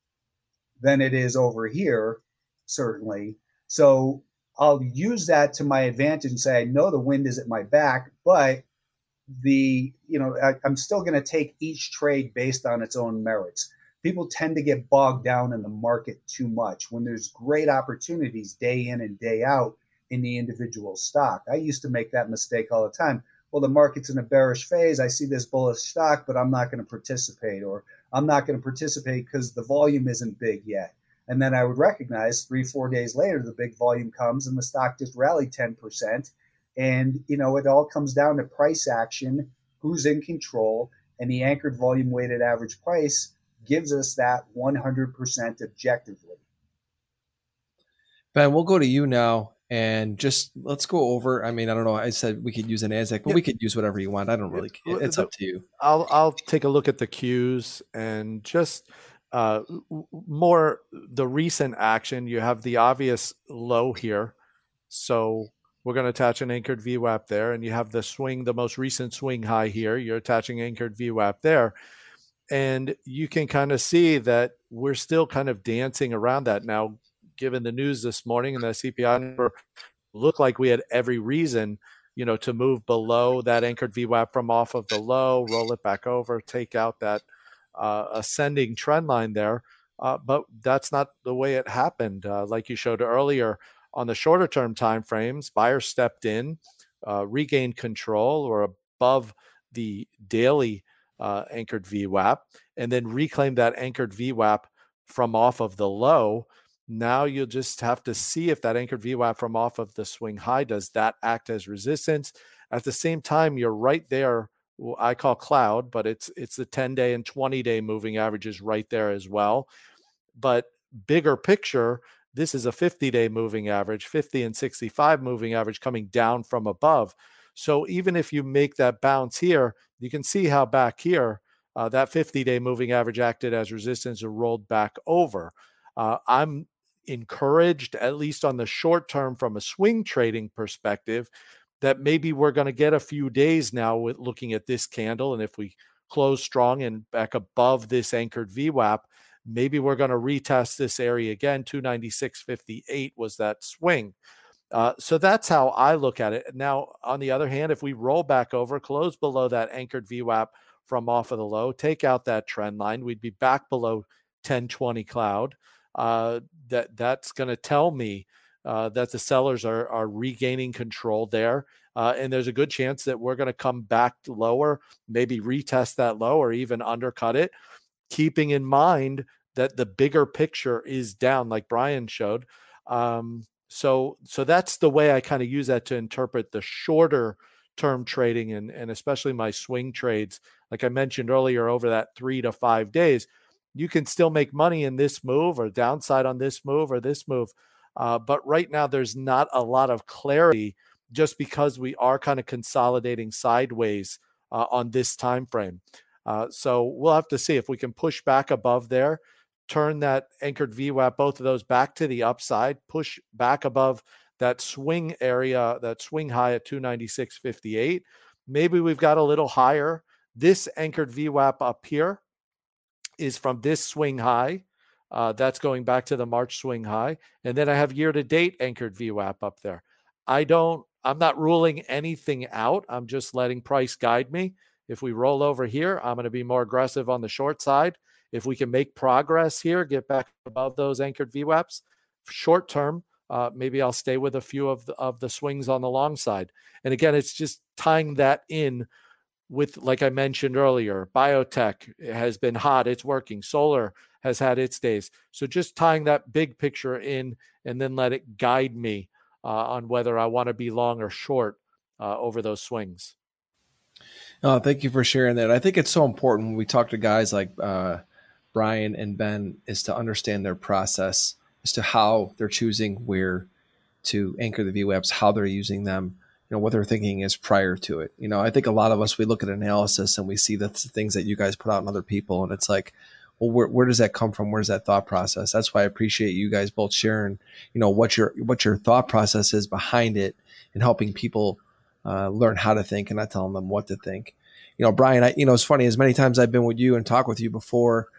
than it is over here, certainly. So I'll use that to my advantage and say, I know the wind is at my back, but I'm still going to take each trade based on its own merits. People tend to get bogged down in the market too much when there's great opportunities day in and day out in the individual stock. I used to make that mistake all the time. Well, the market's in a bearish phase. I see this bullish stock, but I'm not going to participate, or I'm not going to participate because the volume isn't big yet. And then I would recognize 3-4 days later, the big volume comes and the stock just rallied 10%. And, it all comes down to price action, who's in control, and the anchored volume weighted average price gives us that 100% objectively. Ben, we'll go to you now and just let's go over. I mean, I don't know. I said we could use an NASDAQ, but we could use whatever you want. I don't really care. It's up to you. I'll take a look at the cues and just more the recent action. You have the obvious low here. So we're going to attach an anchored VWAP there, and you have the most recent swing high here. You're attaching anchored VWAP there. And you can kind of see that we're still kind of dancing around that. Now, given the news this morning and the CPI number looked like we had every reason, to move below that anchored VWAP from off of the low, roll it back over, take out that ascending trend line there. But that's not the way it happened. Like you showed earlier on the shorter term timeframes, buyers stepped in, regained control or above the daily anchored VWAP, and then reclaim that anchored VWAP from off of the low. Now you'll just have to see if that anchored VWAP from off of the swing high, does that act as resistance? At the same time, you're right there. I call cloud, but it's the 10-day and 20-day moving averages right there as well. But bigger picture, this is a 50-day moving average, 50 and 65 moving average coming down from above. So even if you make that bounce here, you can see how back here, that 50-day moving average acted as resistance and rolled back over. I'm encouraged, at least on the short term from a swing trading perspective, that maybe we're going to get a few days now with looking at this candle. And if we close strong and back above this anchored VWAP, maybe we're going to retest this area again. 296.58 was that swing. So that's how I look at it. Now, on the other hand, if we roll back over, close below that anchored VWAP from off of the low, take out that trend line, we'd be back below 1020 cloud. That's going to tell me that the sellers are regaining control there. And there's a good chance that we're going to come back lower, maybe retest that low or even undercut it, keeping in mind that the bigger picture is down, like Brian showed. So that's the way I kind of use that to interpret the shorter term trading and especially my swing trades. Like I mentioned earlier, over that 3 to 5 days, you can still make money in this move or downside on this move or this move. But right now, there's not a lot of clarity just because we are kind of consolidating sideways on this time frame. So we'll have to see if we can push back above there, turn that anchored VWAP, both of those back to the upside, push back above that swing area, that swing high at 296.58. Maybe we've got a little higher. This anchored VWAP up here is from this swing high. That's going back to the March swing high. And then I have year-to-date anchored VWAP up there. I'm not ruling anything out. I'm just letting price guide me. If we roll over here, I'm going to be more aggressive on the short side. If we can make progress here, get back above those anchored VWAPs, short term, maybe I'll stay with a few of the swings on the long side. And again, it's just tying that in with, like I mentioned earlier, biotech has been hot. It's working. Solar has had its days. So just tying that big picture in and then let it guide me on whether I want to be long or short over those swings. Thank you for sharing that. I think it's so important when we talk to guys like Brian and Ben is to understand their process as to how they're choosing where to anchor the VWAPs, how they're using them, what their thinking is prior to it. I think a lot of us, we look at analysis and we see the things that you guys put out in other people. And it's like, well, where does that come from? Where's that thought process? That's why I appreciate you guys both sharing, what your thought process is behind it and helping people learn how to think and not telling them what to think. Brian, it's funny, as many times I've been with you and talked with you before,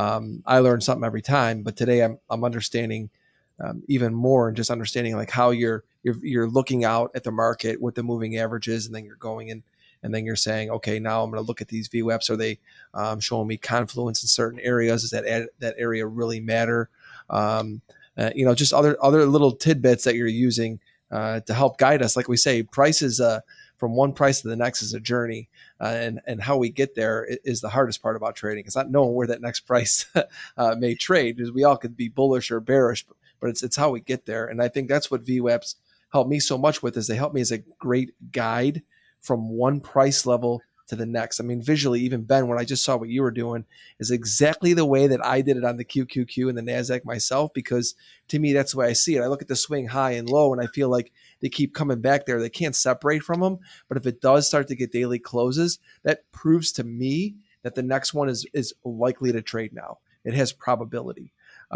I learn something every time, but today I'm understanding even more, and just understanding like how you're looking out at the market with the moving averages, and then you're going in and then you're saying, okay, now I'm going to look at these VWAPs. Are they showing me confluence in certain areas? Does that area really matter? Just other little tidbits that you're using to help guide us. Like we say, prices from one price to the next is a journey, and how we get there is the hardest part about trading. It's not knowing where that next price may trade, because we all could be bullish or bearish, but it's how we get there. And I think that's what VWAPs help me so much with, is they help me as a great guide from one price level to the next. I mean, visually, even Ben, when I just saw what you were doing, is exactly the way that I did it on the QQQ and the NASDAQ myself, because to me, that's the way I see it. I look at the swing high and low, and I feel like they keep coming back there. They can't separate from them. But if it does start to get daily closes, that proves to me that the next one is likely to trade now. It has probability.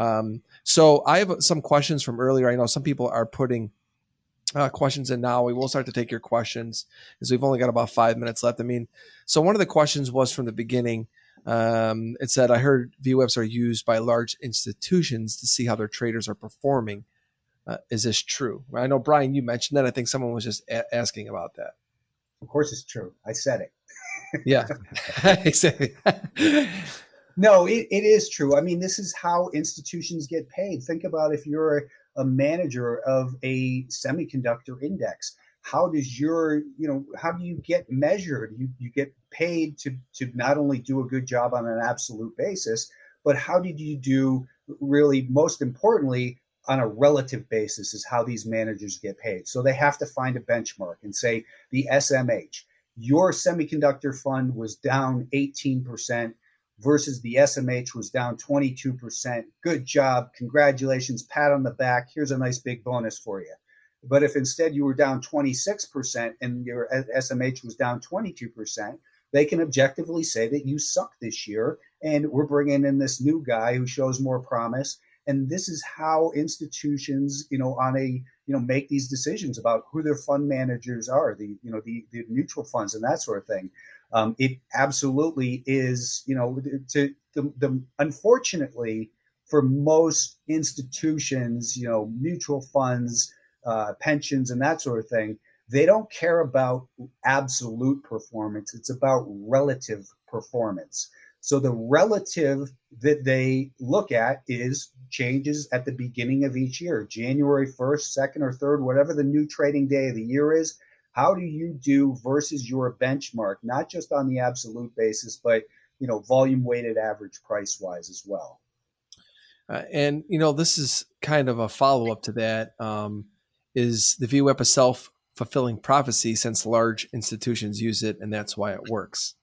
So I have some questions from earlier. I know some people are putting questions in now. We will start to take your questions, as we've only got about 5 minutes left. So one of the questions was from the beginning. It said, I heard VWAPs are used by large institutions to see how their traders are performing. Is this true? I know, Brian, you mentioned that. I think someone was just asking about that. Of course it's true. I said it. Yeah. Exactly. No, it is true. I mean, this is how institutions get paid. Think about if you're a manager of a semiconductor index. How do you get measured? You get paid to not only do a good job on an absolute basis, but how did you do, really, most importantly, on a relative basis is how these managers get paid. So they have to find a benchmark and say the SMH, your semiconductor fund was down 18% versus the SMH was down 22%. Good job. Congratulations. Pat on the back. Here's a nice big bonus for you. But if instead you were down 26% and your SMH was down 22%, they can objectively say that you suck this year and we're bringing in this new guy who shows more promise. And this is how institutions, make these decisions about who their fund managers are, the mutual funds and that sort of thing. It absolutely is, unfortunately for most institutions, mutual funds, pensions and that sort of thing, they don't care about absolute performance. It's about relative performance. So the relative that they look at is changes at the beginning of each year, January 1st, 2nd, or 3rd, whatever the new trading day of the year is. How do you do versus your benchmark, not just on the absolute basis, but, volume weighted average price wise as well. And this is kind of a follow-up to that. Is the VWAP a self-fulfilling prophecy since large institutions use it and that's why it works?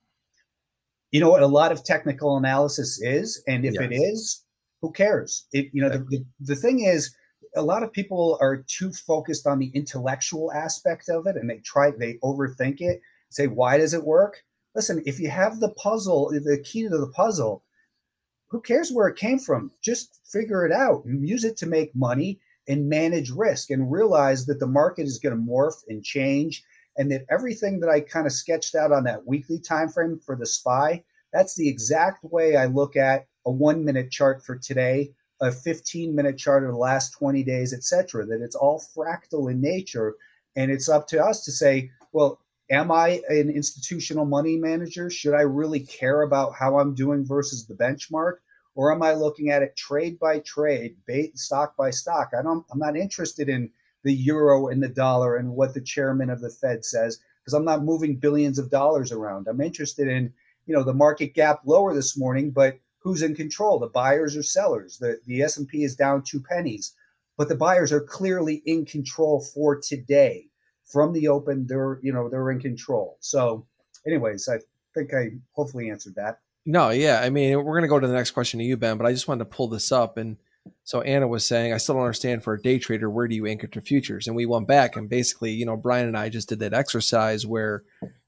You know what a lot of technical analysis is, and if it is, who cares? The thing is, a lot of people are too focused on the intellectual aspect of it, and they overthink it, say, why does it work? Listen, if you have the puzzle, the key to the puzzle, who cares where it came from? Just figure it out and use it to make money and manage risk and realize that the market is going to morph and change, and that everything that I kind of sketched out on that weekly time frame for the SPY, that's the exact way I look at a 1-minute chart for today, a 15-minute chart of the last 20 days, et cetera, that it's all fractal in nature. And it's up to us to say, well, am I an institutional money manager? Should I really care about how I'm doing versus the benchmark? Or am I looking at it trade by trade, stock by stock? I'm not interested in the euro and the dollar and what the chairman of the Fed says, because I'm not moving billions of dollars around. I'm interested in, the market gap lower this morning, but who's in control, the buyers or sellers? The S&P is down 2 pennies, but the buyers are clearly in control for today. From the open, they're in control. So anyways, I think I hopefully answered that. No, yeah. I mean, we're going to go to the next question to you, Ben, but I just wanted to pull this up. And so Anna was saying, I still don't understand for a day trader, where do you anchor to futures? And we went back and basically, Brian and I just did that exercise where,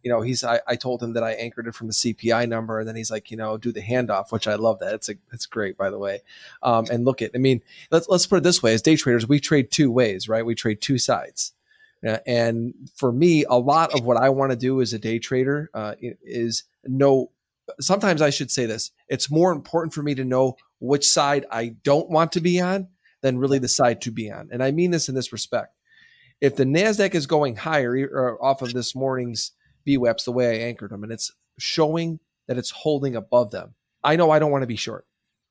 I told him that I anchored it from the CPI number. And then he's like, do the handoff, which I love that. It's great, by the way. And look at, let's put it this way. As day traders, we trade two ways, right? We trade two sides. And for me, a lot of what I want to do as a day trader is know, sometimes I should say this, it's more important for me to know which side I don't want to be on than really the side to be on. And I mean this in this respect. If the NASDAQ is going higher off of this morning's VWAPs, the way I anchored them, and it's showing that it's holding above them, I know I don't want to be short.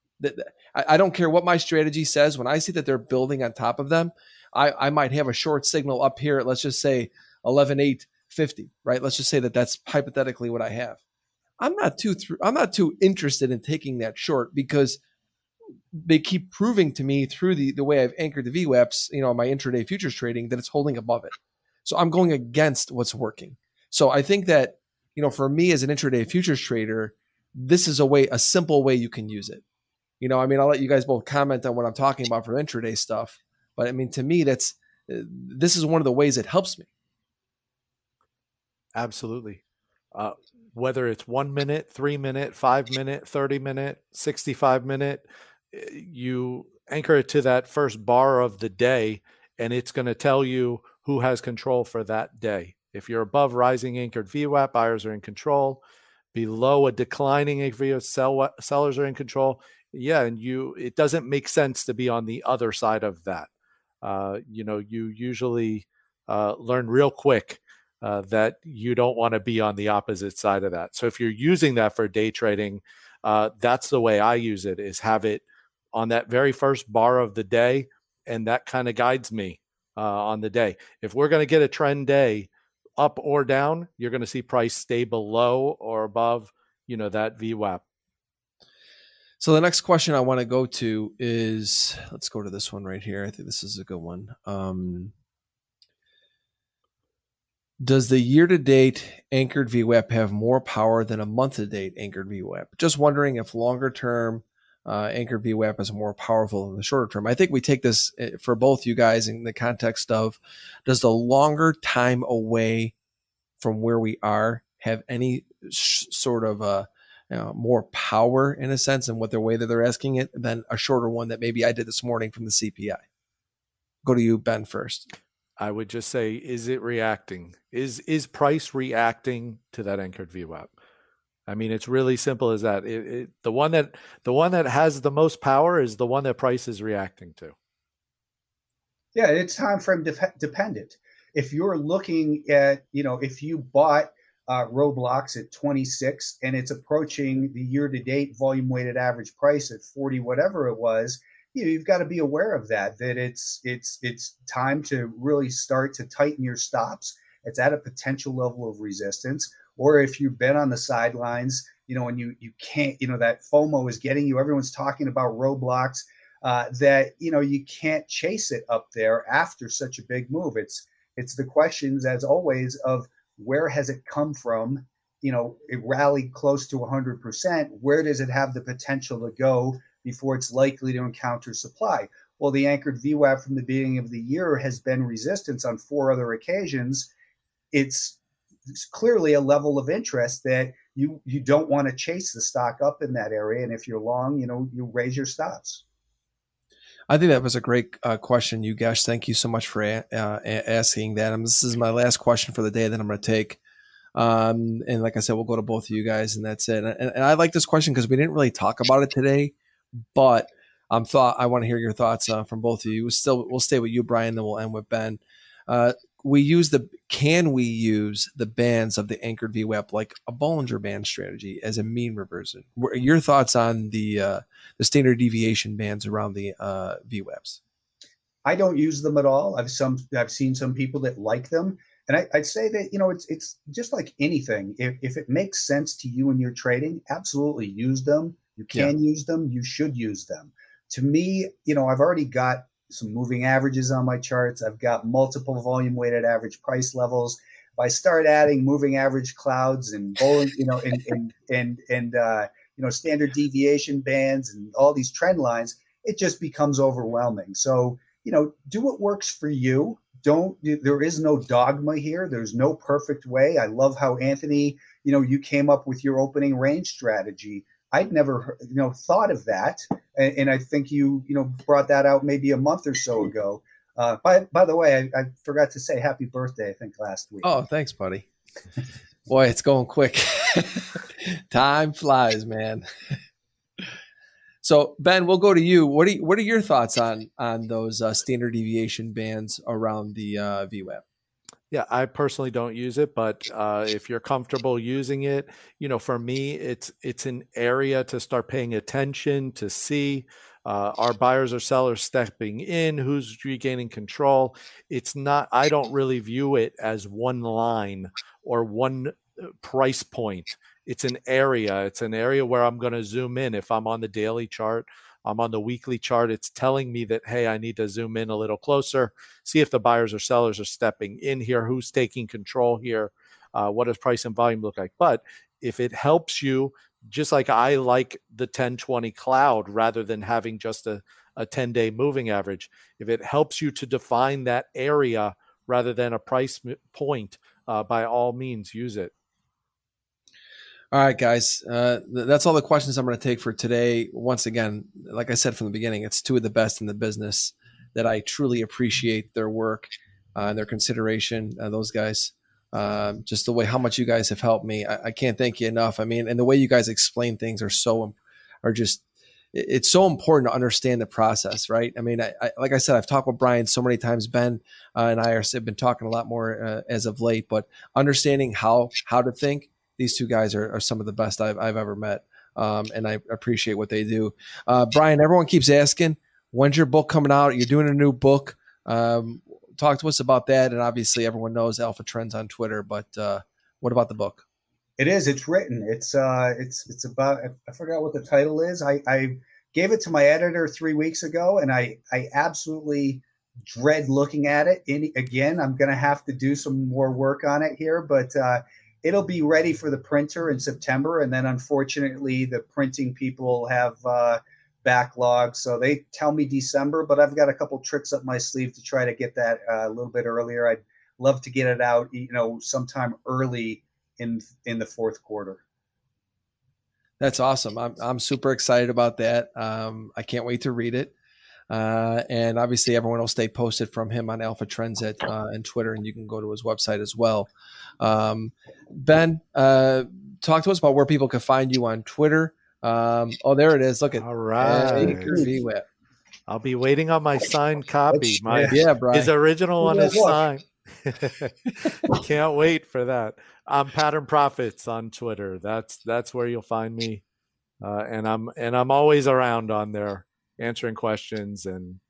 I don't care what my strategy says. When I see that they're building on top of them, I might have a short signal up here at, let's just say 11,850, right? Let's just say that that's hypothetically what I have. I'm not too interested in taking that short because they keep proving to me through the way I've anchored the VWAPs, my intraday futures trading, that it's holding above it. So I'm going against what's working. So I think that, for me as an intraday futures trader, this is a simple way you can use it. I'll let you guys both comment on what I'm talking about for intraday stuff. But to me, this is one of the ways it helps me. Absolutely. Whether it's 1 minute, 3 minute, 5 minute, 30 minute, 65 minute, you anchor it to that first bar of the day, and it's going to tell you who has control for that day. If you're above rising anchored VWAP, buyers are in control. Below a declining VWAP, sellers are in control. Yeah, and it doesn't make sense to be on the other side of that. You usually learn real quick that you don't want to be on the opposite side of that. So if you're using that for day trading, that's the way I use it, is have it on that very first bar of the day, and that kind of guides me on the day. If we're going to get a trend day up or down, you're going to see price stay below or above, that VWAP. So the next question I want to go to is, let's go to this one right here. I think this is a good one. Does the year-to-date anchored VWAP have more power than a month-to-date anchored VWAP? Just wondering if longer-term anchored VWAP is more powerful than the shorter term. I think we take this for both you guys in the context of, does the longer time away from where we are have any sort of more power in a sense in what their way that they're asking it than a shorter one that maybe I did this morning from the CPI? Go to you, Ben, first. I would just say, is it reacting? Is price reacting to that anchored VWAP? I mean, it's really simple as that. The one that has the most power is the one that price is reacting to. Yeah, it's time frame dependent. If you're looking at, if you bought Roblox at 26 and it's approaching the year-to-date volume-weighted average price at 40, whatever it was, you've got to be aware of that it's time to really start to tighten your stops. It's at a potential level of resistance. Or if you've been on the sidelines, and you can't, that FOMO is getting you, everyone's talking about Roblox, that, you can't chase it up there after such a big move. It's the questions, as always, of where has it come from? It rallied close to 100%. Where does it have the potential to go before it's likely to encounter supply? Well, the anchored VWAP from the beginning of the year has been resistance on 4 other occasions. It's clearly a level of interest that you don't want to chase the stock up in that area. And if you're long, you raise your stops. I think that was a great question, you guys. Thank you so much for asking that. This is my last question for the day that I'm going to take. And like I said, we'll go to both of you guys, and that's it. And I like this question because we didn't really talk about it today, but I want to hear your thoughts from both of you. We'll stay with you, Brian, then we'll end with Ben. Can we use the bands of the anchored VWAP like a Bollinger Band strategy as a mean reversion? What are your thoughts on the standard deviation bands around the VWAPs? I don't use them at all. I've seen some people that like them, and I'd say that it's just like anything. If it makes sense to you in your trading, absolutely use them. You can use them. You should use them. To me, I've already got some moving averages on my charts. I've got multiple volume weighted average price levels. If I start adding moving average clouds and standard deviation bands and all these trend lines, it just becomes overwhelming. So, do what works for you. There is no dogma here. There's no perfect way. I love how, Anthony, you came up with your opening range strategy. I'd never, thought of that, and I think you brought that out maybe a month or so ago. By the way, I forgot to say happy birthday, I think, last week. Oh, thanks, buddy. Boy, it's going quick. Time flies, man. So, Ben, we'll go to you. What are your thoughts on those standard deviation bands around the VWAP? Yeah, I personally don't use it, but if you're comfortable using it, for me, it's an area to start paying attention to see are buyers or sellers stepping in, who's regaining control. I don't really view it as one line or one price point. It's an area. It's an area where I'm going to zoom in. If I'm on the daily chart, I'm on the weekly chart, it's telling me that, hey, I need to zoom in a little closer, see if the buyers or sellers are stepping in here, who's taking control here, what does price and volume look like. But if it helps you, just like I like the 10-20 cloud rather than having just a 10-day moving average, if it helps you to define that area rather than a price point, by all means, use it. All right, guys, that's all the questions I'm going to take for today. Once again, like I said from the beginning, it's 2 of the best in the business that I truly appreciate their work and their consideration. Those guys, just the way how much you guys have helped me. I can't thank you enough. I mean, and the way you guys explain things it's so important to understand the process, right? I mean, I like I said, I've talked with Brian so many times. Ben and I have been talking a lot more as of late, but understanding how to think. These 2 guys are some of the best I've ever met, and I appreciate what they do. Brian, everyone keeps asking, when's your book coming out? You're doing a new book. Talk to us about that, and obviously everyone knows Alpha Trends on Twitter, but what about the book? It is. It's written. It's about. I forgot what the title is. I gave it to my editor 3 weeks ago, and I absolutely dread looking at it. Again, I'm going to have to do some more work on it here, but it'll be ready for the printer in September. And then, unfortunately, the printing people have backlogs, so they tell me December. But I've got a couple tricks up my sleeve to try to get that a little bit earlier. I'd love to get it out, sometime early in the fourth quarter. That's awesome. I'm super excited about that. I can't wait to read it. And obviously everyone will stay posted from him on Alpha Trends and Twitter, and you can go to his website as well. Ben, talk to us about where people can find you on Twitter. There it is. Look at all right. I'll be waiting on my signed copy. Brian. His original one is signed. Can't wait for that. I'm Pattern Profits on Twitter. That's where you'll find me, and I'm always around on there answering questions, and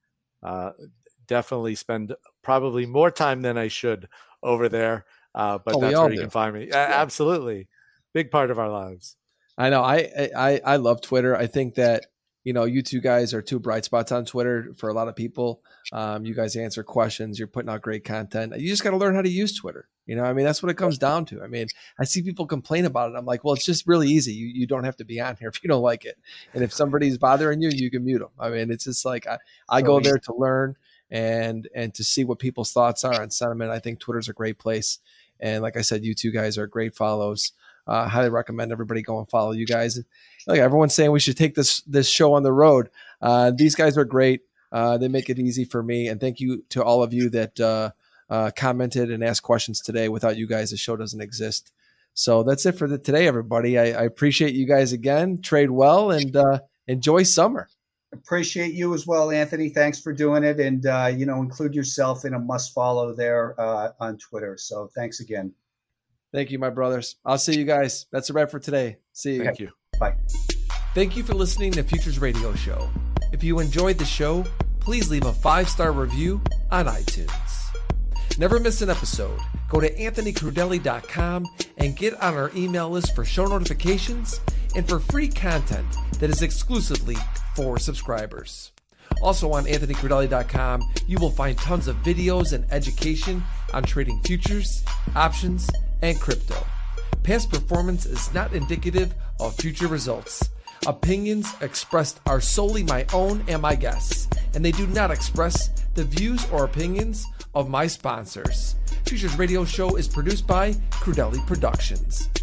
definitely spend probably more time than I should over there. But that's where you can find me. Absolutely, big part of our lives. I know. I love Twitter. I think that you two guys are two bright spots on Twitter for a lot of people. You guys answer questions. You're putting out great content. You just got to learn how to use Twitter. That's what it comes down to. I see people complain about it. I'm like, well, it's just really easy. You don't have to be on here if you don't like it. And if somebody's bothering you, you can mute them. It's just like I go there to learn and to see what people's thoughts are on sentiment. I think Twitter's a great place. And like I said, you two guys are great follows. Highly recommend everybody go and follow you guys. Like everyone's saying, we should take this show on the road. These guys are great. They make it easy for me. And thank you to all of you that commented and asked questions today. Without you guys, the show doesn't exist. So that's it for today, everybody. I appreciate you guys again. Trade well and enjoy summer. Appreciate you as well, Anthony. Thanks for doing it. And, include yourself in a must follow there on Twitter. So thanks again. Thank you, my brothers. I'll see you guys. That's a wrap for today. See you. Thank you. Bye. Thank you for listening to Futures Radio Show. If you enjoyed the show, please leave a 5-star review on iTunes. Never miss an episode. Go to anthonycrudelli.com and get on our email list for show notifications and for free content that is exclusively for subscribers. Also on anthonycrudelli.com, you will find tons of videos and education on trading futures, options, and crypto. Past performance is not indicative of future results. Opinions expressed are solely my own and my guests, and they do not express the views or opinions of my sponsors. Futures Radio Show is produced by Crudelli Productions.